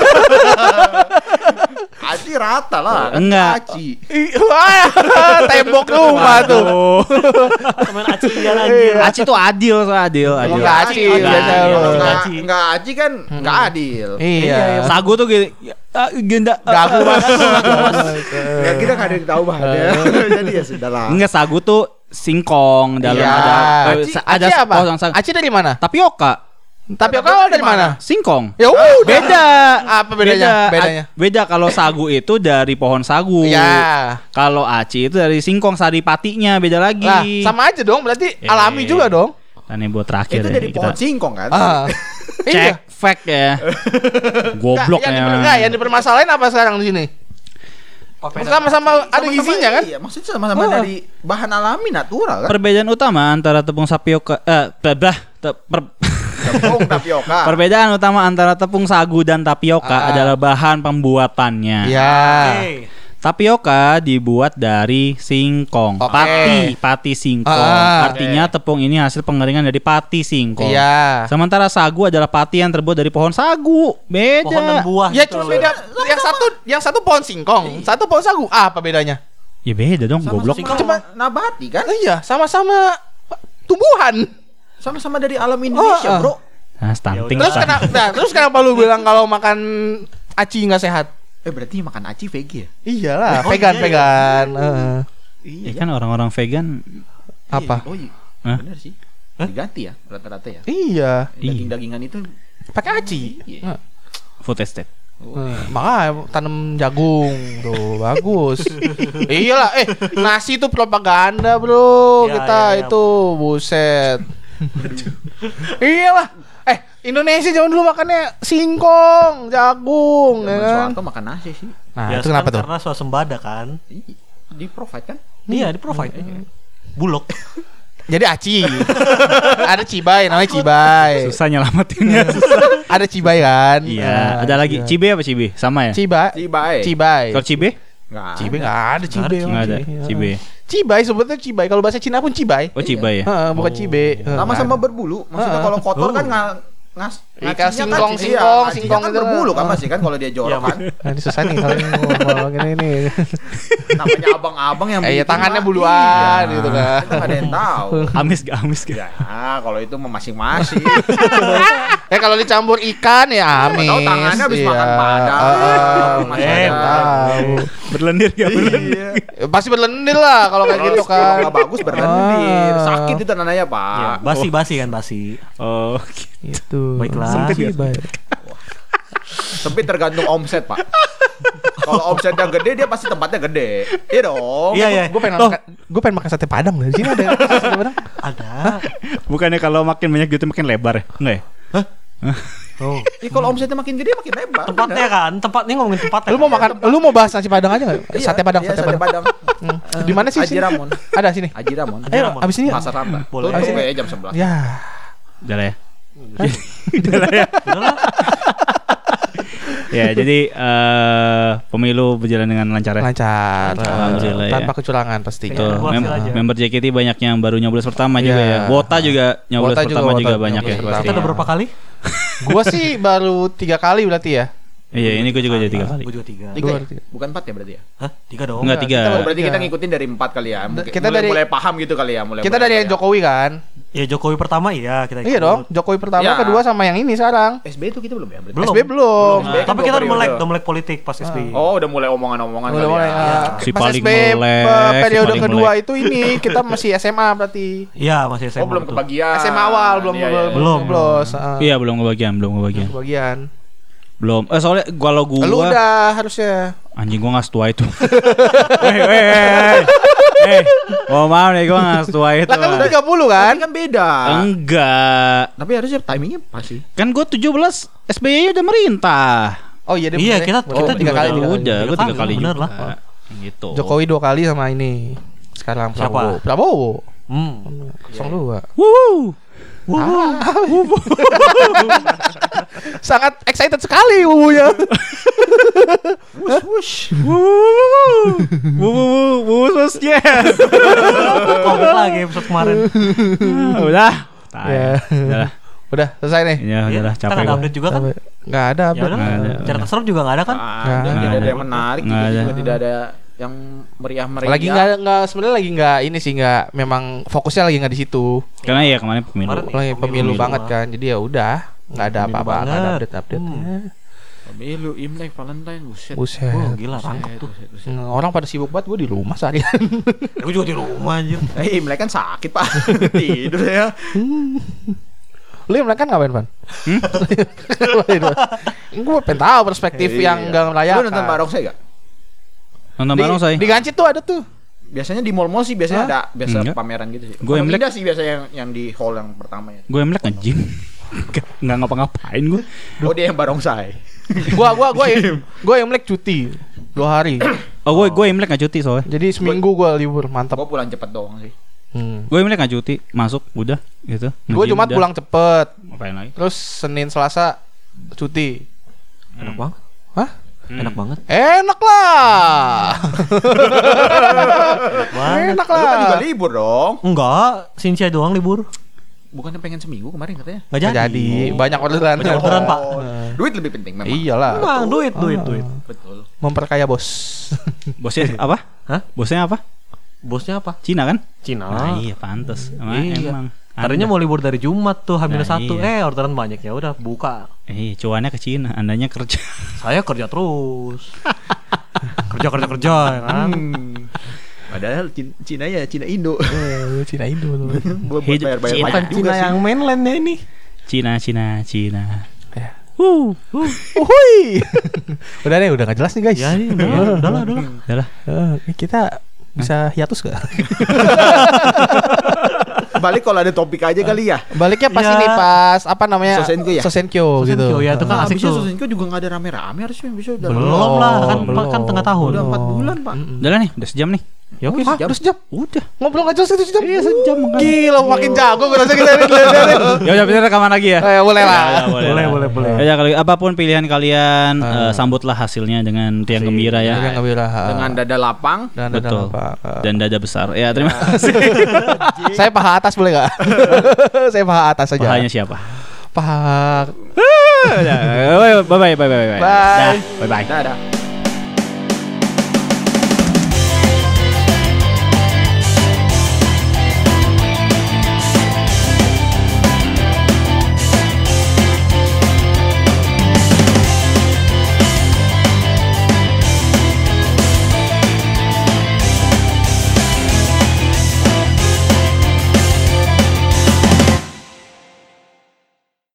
S6: Aci rata lah. kan
S2: Enggak.
S6: Aci.
S3: Ih, wah, tembok rumah tuh.
S4: Temen acian anjir.
S2: Aci tuh adil, so adil, adil.
S3: Enggak aci,
S2: Enggak
S3: biasa
S2: adil.
S3: lu.
S6: Enggak
S4: Aci.
S6: enggak aci kan enggak adil.
S3: Iya.
S2: Sagu tuh gini. ah, Genda.
S3: Gagu mas.
S6: Ya kita enggak ada yang tahu bahannya. Jadi ya sudahlah.
S2: Enggak, sagu tuh singkong dalam
S3: Iya.
S2: ada eh,
S3: Aci,
S2: sa- ada
S3: aci apa?
S2: sepotong sagu.
S3: Aci dari mana?
S2: Tapioka.
S3: Tapioka awal dari mana?
S2: Singkong.
S3: Ya udah.
S2: Beda.
S3: Apa bedanya?
S2: Beda.
S3: Bedanya?
S2: A- Beda kalau sagu itu dari pohon sagu.
S3: Ya.
S2: Kalau aci itu dari singkong sari patinya, beda lagi.
S3: Lah, sama aja dong, berarti
S2: Eh.
S3: alami juga dong.
S2: Dan yang buat terakhir
S6: Itu
S2: ya,
S6: dari
S2: kita
S6: pohon singkong kan?
S3: Ah.
S2: cek
S3: Iya.
S2: fact ya. Goblok
S3: yang,
S2: ya.
S3: diper- enggak, yang dipermasalahin apa sekarang di sini? Sama-sama ada
S6: Sama-sama
S3: gizinya kan?
S6: Iya, maksudnya sama-sama
S3: Oh.
S6: dari bahan alami natural kan?
S2: Perbedaan utama antara tepung tapioka eh bah, te- per-
S6: Tepung tapioka.
S2: perbedaan utama antara tepung sagu dan tapioka
S3: Ah.
S2: adalah bahan pembuatannya.
S3: Iya.
S4: Oke.
S2: Tapioka dibuat dari singkong,
S3: Oke.
S2: pati, pati singkong.
S3: Ah.
S2: Artinya tepung ini hasil pengeringan dari pati singkong.
S3: Iya.
S2: Sementara sagu adalah pati yang terbuat dari pohon sagu. Beda.
S4: Pohon dan buah.
S3: Ya
S4: gitu
S3: cuma
S4: loh.
S3: beda. Yang satu yang satu pohon singkong, satu pohon sagu. Apa bedanya?
S2: Ya beda dong, goblok.
S6: Singkong cuma nabati kan?
S3: Oh iya, sama-sama tumbuhan.
S6: Sama-sama dari alam Indonesia,
S3: Oh, ah.
S6: Bro.
S2: Nah, stunting.
S3: Terus kenapa? Nah, terus kenapa lu bilang kalau makan aci nggak sehat?
S6: Eh berarti makan aci veggie ya?
S3: Iyalah,
S4: Oh,
S3: vegan,
S4: iya, iya.
S3: vegan. Heeh.
S2: Ya kan orang-orang vegan
S3: Apa?
S6: Iya, oh iya.
S2: Hah?
S6: Benar sih. Diganti ya rata-rata ya.
S3: Iya,
S6: Daging-dagingan itu
S3: pakai aci.
S6: Iya.
S3: Heeh.
S2: food estate.
S3: Heeh. Makanya tanam jagung tuh bagus. Iyalah, eh nasi itu propaganda bro
S4: Iya,
S3: kita
S4: iya, iya.
S3: itu buset. Iyalah. Eh
S1: Indonesia zaman dulu makannya singkong, jagung, ya
S6: Zaman
S1: kan?
S6: Soeharto makan nasi sih.
S1: Nah,
S4: Ya,
S1: itu kenapa
S4: kan
S1: tuh?
S4: Karena swasembada kan.
S6: Di provide kan?
S4: Iya, di provide. Bulog.
S1: Jadi aci. Ada cibai, namanya cibai.
S2: Susah nyelamatinnya.
S1: Ada cibai kan?
S2: Iya, ada lagi cibe apa cibe? Sama ya?
S1: Cibai.
S6: Cibai.
S1: Cibai.
S2: Kalau cibe?
S6: Enggak.
S1: Cibai enggak ada cibai.
S2: Enggak ada.
S1: Iya.
S2: Cibe.
S1: Cibai sebetulnya cibai. Kalau bahasa Cina pun cibai.
S2: Oh, cibai ya?
S1: Heeh, bukan cibe.
S6: Sama-sama berbulu. Maksudnya kalau kotor kan nggak ngas
S1: Ika
S6: ngacinya
S1: singkong,
S6: kan-
S1: singkong,
S6: iya,
S1: singkong
S6: ngacinya kan
S1: gitu.
S6: berbulu kan masih kan kalau dia jorok
S4: Iya,
S6: kan.
S1: Nah, ini susah nih kalau ini ngomong ini nih.
S6: Namanya abang-abang yang
S1: Eh, ya
S6: bikin
S1: tangannya
S6: mah.
S1: buluan
S6: Iya.
S1: gitu kan.
S6: Kita nggak ada yang tahu.
S2: Amis gak amis gak?
S6: Ya, kalau itu mah masing-masing.
S1: Eh kalau dicampur ikan ya amis.
S6: Tahu tangannya habis
S1: Iya.
S6: makan padang.
S1: Heeh,
S6: Masih
S1: eh,
S6: ada.
S1: tahu.
S2: Berlendir gak berlendir?
S6: Iya.
S1: Eh, Pasti berlendir lah kalau kayak gitu
S6: Kalau
S1: kan.
S6: nggak bagus berlendir.
S1: Ah.
S6: Sakit itu tanahnya,
S4: Iya,
S6: Pak.
S4: basi-basi kan basi.
S2: Oh,
S1: Itu.
S4: Baiklah.
S2: Sempit ya?
S1: Cibai.
S6: Tapi tergantung omset, Pak. Kalau omsetnya gede dia pasti tempatnya gede. Iya dong.
S4: Iya, iya.
S1: Gue pengen
S2: Oh.
S1: makan, gue pengen makan sate padang dari sini ada. Sate padang.
S4: Ada.
S2: bukannya kalau makin banyak gitu makin lebar ya? Enggak ya?
S4: Oh.
S6: Ih, kalau omsetnya makin gede makin lebar.
S4: Tempatnya
S6: bener.
S4: kan, tempat ini ngomongin tempatnya.
S1: Lu mau
S4: kan?
S1: makan, lu mau bahas nasi padang aja nggak?
S6: Iya,
S1: Sate padang,
S6: iya,
S1: sate padang. Hmm. Di mana sih?
S6: Haji
S1: sini?
S6: Ramon.
S1: Ada sini.
S6: Haji Ramon.
S1: Ayo,
S4: Ramon.
S1: abis ini.
S6: Pasar Ranta.
S4: Boleh.
S6: Tutup
S1: Abis ini.
S6: ya jam sebelas.
S1: Ya.
S2: Udah lah ya. Udah lah ya. Ya, jadi eh, pemilu berjalan dengan lancar ya.
S1: Lancar.
S2: Alhamdulillah ya.
S1: Tanpa kecurangan pastinya.
S2: Tuh,
S4: Evaluasi
S2: mem-
S4: aja.
S2: member J K T banyak yang baru nyoblos pertama juga
S1: Iya.
S2: ya. Wota juga nyoblos
S1: Wota juga,
S2: pertama
S1: Wota
S2: juga,
S1: nyoblos
S2: banyak ya.
S1: pertama.
S2: Pasti.
S4: Kita udah berapa kali?
S1: Gua sih baru tiga kali berarti ya.
S2: Iya, ini gue juga jadi tiga kali.
S4: Gue juga tiga.
S6: Tiga
S1: Gua
S6: ya?
S1: baru tiga.
S6: Bukan empat ya berarti ya?
S4: Hah? Tiga dong.
S2: Enggak tiga.
S1: Kita
S6: Oh, berarti kita
S1: Iya.
S6: ngikutin dari empat kali ya. Mungkin-
S1: Kita
S6: mulai,
S1: dari-
S6: mulai paham gitu kali ya. Mulai
S1: Kita
S6: mulai
S1: dari yang
S6: ya.
S1: Jokowi kan?
S4: Ya Jokowi pertama iya kita ikut.
S1: Iya dong, Jokowi pertama,
S6: Ya.
S1: kedua sama yang ini sekarang.
S6: S B itu kita belum ya? berarti?
S4: Belum.
S1: S B belum.
S6: S B kan
S4: Tapi
S6: dua
S4: kita udah
S6: periode.
S4: melek, udah melek politik pas S B.
S6: Oh, udah mulai omongan-omongan
S1: Udah
S6: kali
S1: mulai.
S6: ya.
S1: ah,
S2: Si
S1: pas
S2: paling
S1: S B
S2: melek,
S1: pe-
S2: si
S1: periode
S2: paling
S1: kedua
S2: melek.
S1: itu ini kita masih S M A berarti.
S4: Iya, masih S M A.
S6: Oh, belum
S4: betul.
S6: kebagian.
S1: S M A awal belum
S6: Iya, iya, iya.
S4: Belum.
S1: nyoblos, ah.
S2: Iya, belum kebagian, belum kebagian.
S1: Kebagian.
S2: Belum. Eh soalnya kalau gua
S1: Lu udah harusnya.
S2: anjing gua enggak setua itu. Hei, hei, hei. Eh, oh maaf nih gua enggak setua itu.
S1: Lah kan lu tiga puluh kan?
S6: Tapi kan beda.
S2: Enggak.
S6: Tapi harusnya timingnya pas sih.
S2: Kan gua tujuh belas S B Y udah merintah.
S1: Oh iya dia
S4: Iya,
S1: bener ya.
S4: kita
S1: Oh,
S4: kita
S1: tiga
S4: juga
S1: kali,
S4: udah-
S1: tiga kali.
S2: Udah, gua tiga kali
S4: bener
S2: juga.
S4: lah.
S2: Gitu.
S1: Jokowi dua kali sama ini. Sekarang
S4: Siapa?
S1: Prabowo. Prabowo.
S4: Hmm.
S1: Kosong dua.
S2: Wuh.
S1: Sangat excited sekali wubunya.
S6: Wush.
S2: Wuh. Wuh, wuh, sus yes.
S4: Komik lagi episode kemarin.
S2: Ah, Udah. Tai.
S1: Ya.
S2: Udah.
S1: Udah selesai nih.
S2: Ya, udahlah
S4: Kita
S2: capek
S4: nggak ada
S2: gua.
S4: update juga kan?
S1: Nggak ada
S4: Ya
S1: update.
S4: udah.
S2: Nggak ada.
S4: Cerita serem juga nggak ada kan?
S6: Ah,
S1: Nggak
S6: dan
S1: ada.
S6: tidak ada yang menarik
S2: Nggak
S6: juga,
S2: ada.
S6: juga tidak ada yang meriah-meriah.
S1: Lagi nggak nggak sebenarnya lagi nggak ini sih nggak memang fokusnya lagi nggak di situ.
S2: Karena ya kemarin pemilu.
S4: Kemarin
S1: Lagi
S4: Pemilu
S1: pemilu
S4: semua.
S1: banget kan. Jadi ya udah nggak ada
S4: Pemilu
S1: apa-apa, nggak ada
S4: banget.
S1: update update.
S6: Pemilu, Imlek, Valentine, buset.
S1: Buset.
S4: Oh, gila rangkep tuh.
S6: Buset, buset.
S1: Hmm, Orang pada sibuk banget, gue di rumah seharian.
S4: Gue juga di rumah anjir.
S6: Eh, Imlek kan sakit, Pak. Tidur ya.
S1: Lu yang kan ngapain, Van?
S2: Hmm?
S1: Gue pengen tahu perspektif
S6: Iya.
S1: yang nggak merayakan.
S6: Lu nonton barongsai gak?
S2: Nonton
S1: Di,
S2: bareng saya.
S1: di Gancit tuh ada tuh.
S6: Biasanya di mall-mall sih biasanya
S1: Hah?
S6: ada biasa
S2: Enggak.
S6: pameran gitu sih.
S2: Gua
S6: Pondok
S2: Imlek-
S6: Indah sih biasa yang yang di hall yang pertama ya.
S2: Gue Imlek nge-gym. Nggak ngapa-ngapain gue.
S6: Oh, dia yang barongsai.
S1: Gua gua gua gua yang Imlek cuti dua hari.
S2: Oh gue gue Imlek nggak cuti soalnya.
S1: Jadi seminggu gua libur, mantap.
S6: Gua pulang cepet doang sih.
S1: Hmm.
S2: Gue Imlek nggak cuti, masuk udah gitu.
S1: Gue
S2: Nge-gym
S1: Jumat
S2: udah.
S1: pulang cepet.
S2: Ngapain lagi?
S1: Terus Senin Selasa cuti.
S4: Enak banget.
S1: Hah?
S4: Enak banget.
S1: Enak lah.
S4: Banget.
S1: Enak
S6: Lu kan juga
S1: lah.
S6: libur dong.
S4: Enggak, Sinsia doang libur.
S6: Bukannya pengen seminggu kemarin katanya.
S4: Enggak
S1: Nggak
S4: jadi.
S1: jadi. Banyak orderan.
S4: Banyak orderan, Pak.
S6: Oh, duit lebih penting memang.
S1: Iyalah.
S4: Emang duit, duit, duit.
S6: Betul.
S1: Memperkaya bos.
S2: Bosnya apa?
S4: Hah?
S2: Bosnya apa?
S4: Bosnya apa?
S2: Cina kan?
S4: Cina.
S2: Nah, iya pantas. Emang,
S4: Iya.
S2: emang.
S4: Tadinya
S2: Anda-
S4: mau libur dari Jumat tuh H minus
S2: Nah,
S4: satu.
S2: iya.
S4: Eh orderan banyak ya udah buka.
S2: Eh, cuannya ke Cina, andanya kerja.
S4: Saya kerja terus. kerja kerja kerja ya kan.
S6: Hmm. Padahal Cina, Cina ya Cina Indo.
S1: Eh, Cina Indo tuh.
S6: Buat
S2: Hidup
S6: bayar-bayar
S2: Cina.
S6: pajak juga sih.
S4: mainland ya ini.
S2: Cina, Cina, Cina.
S1: Ya.
S2: Wuh,
S1: Uhuy. Udah deh, udah gak jelas nih guys.
S4: Ya ini udah lah, udah lah, udah lah.
S2: udah lah.
S1: Eh, kita bisa hiatus gak?
S6: balik kalau ada topik aja kali ya.
S1: Baliknya pas
S4: Ya.
S1: ini pas apa namanya?
S6: Sosenkyo ya?
S1: Sosenkyo gitu.
S4: Sosenkyo, ya, itu kan
S6: Nah,
S4: asik
S6: bisa
S4: tuh.
S6: Sosenkyo juga nggak ada rame-rame harusnya bisa udah.
S4: Belum lah, kan
S1: Belum.
S4: kan tengah tahun.
S6: Udah empat bulan pak.
S2: Udah lah nih, udah sejam nih.
S4: Ya oke.
S1: Hah, udah sejam?
S2: Udah.
S1: Ngobrol nggak jelas itu sejam?
S2: Iya sejam kan.
S1: Gila, makin jago gue rasa kita ini.
S2: Ya udah bisa rekaman lagi ya.
S1: Eh, boleh lah.
S2: Ya,
S4: Boleh, boleh, boleh.
S2: Ya kalau apapun pilihan kalian, eh, sambutlah hasilnya dengan tiang gembira ya.
S1: Yang gembira.
S6: Dengan dada lapang.
S1: Dan
S2: Betul.
S1: apa?
S2: Dan dada besar. Ya terima kasih.
S1: Saya paha atas boleh nggak? Saya paha atas saja.
S2: Pahanya siapa?
S1: Paha.
S2: Bye bye bye bye bye bye.
S1: Bye.
S2: Bye bye.
S6: Dadah.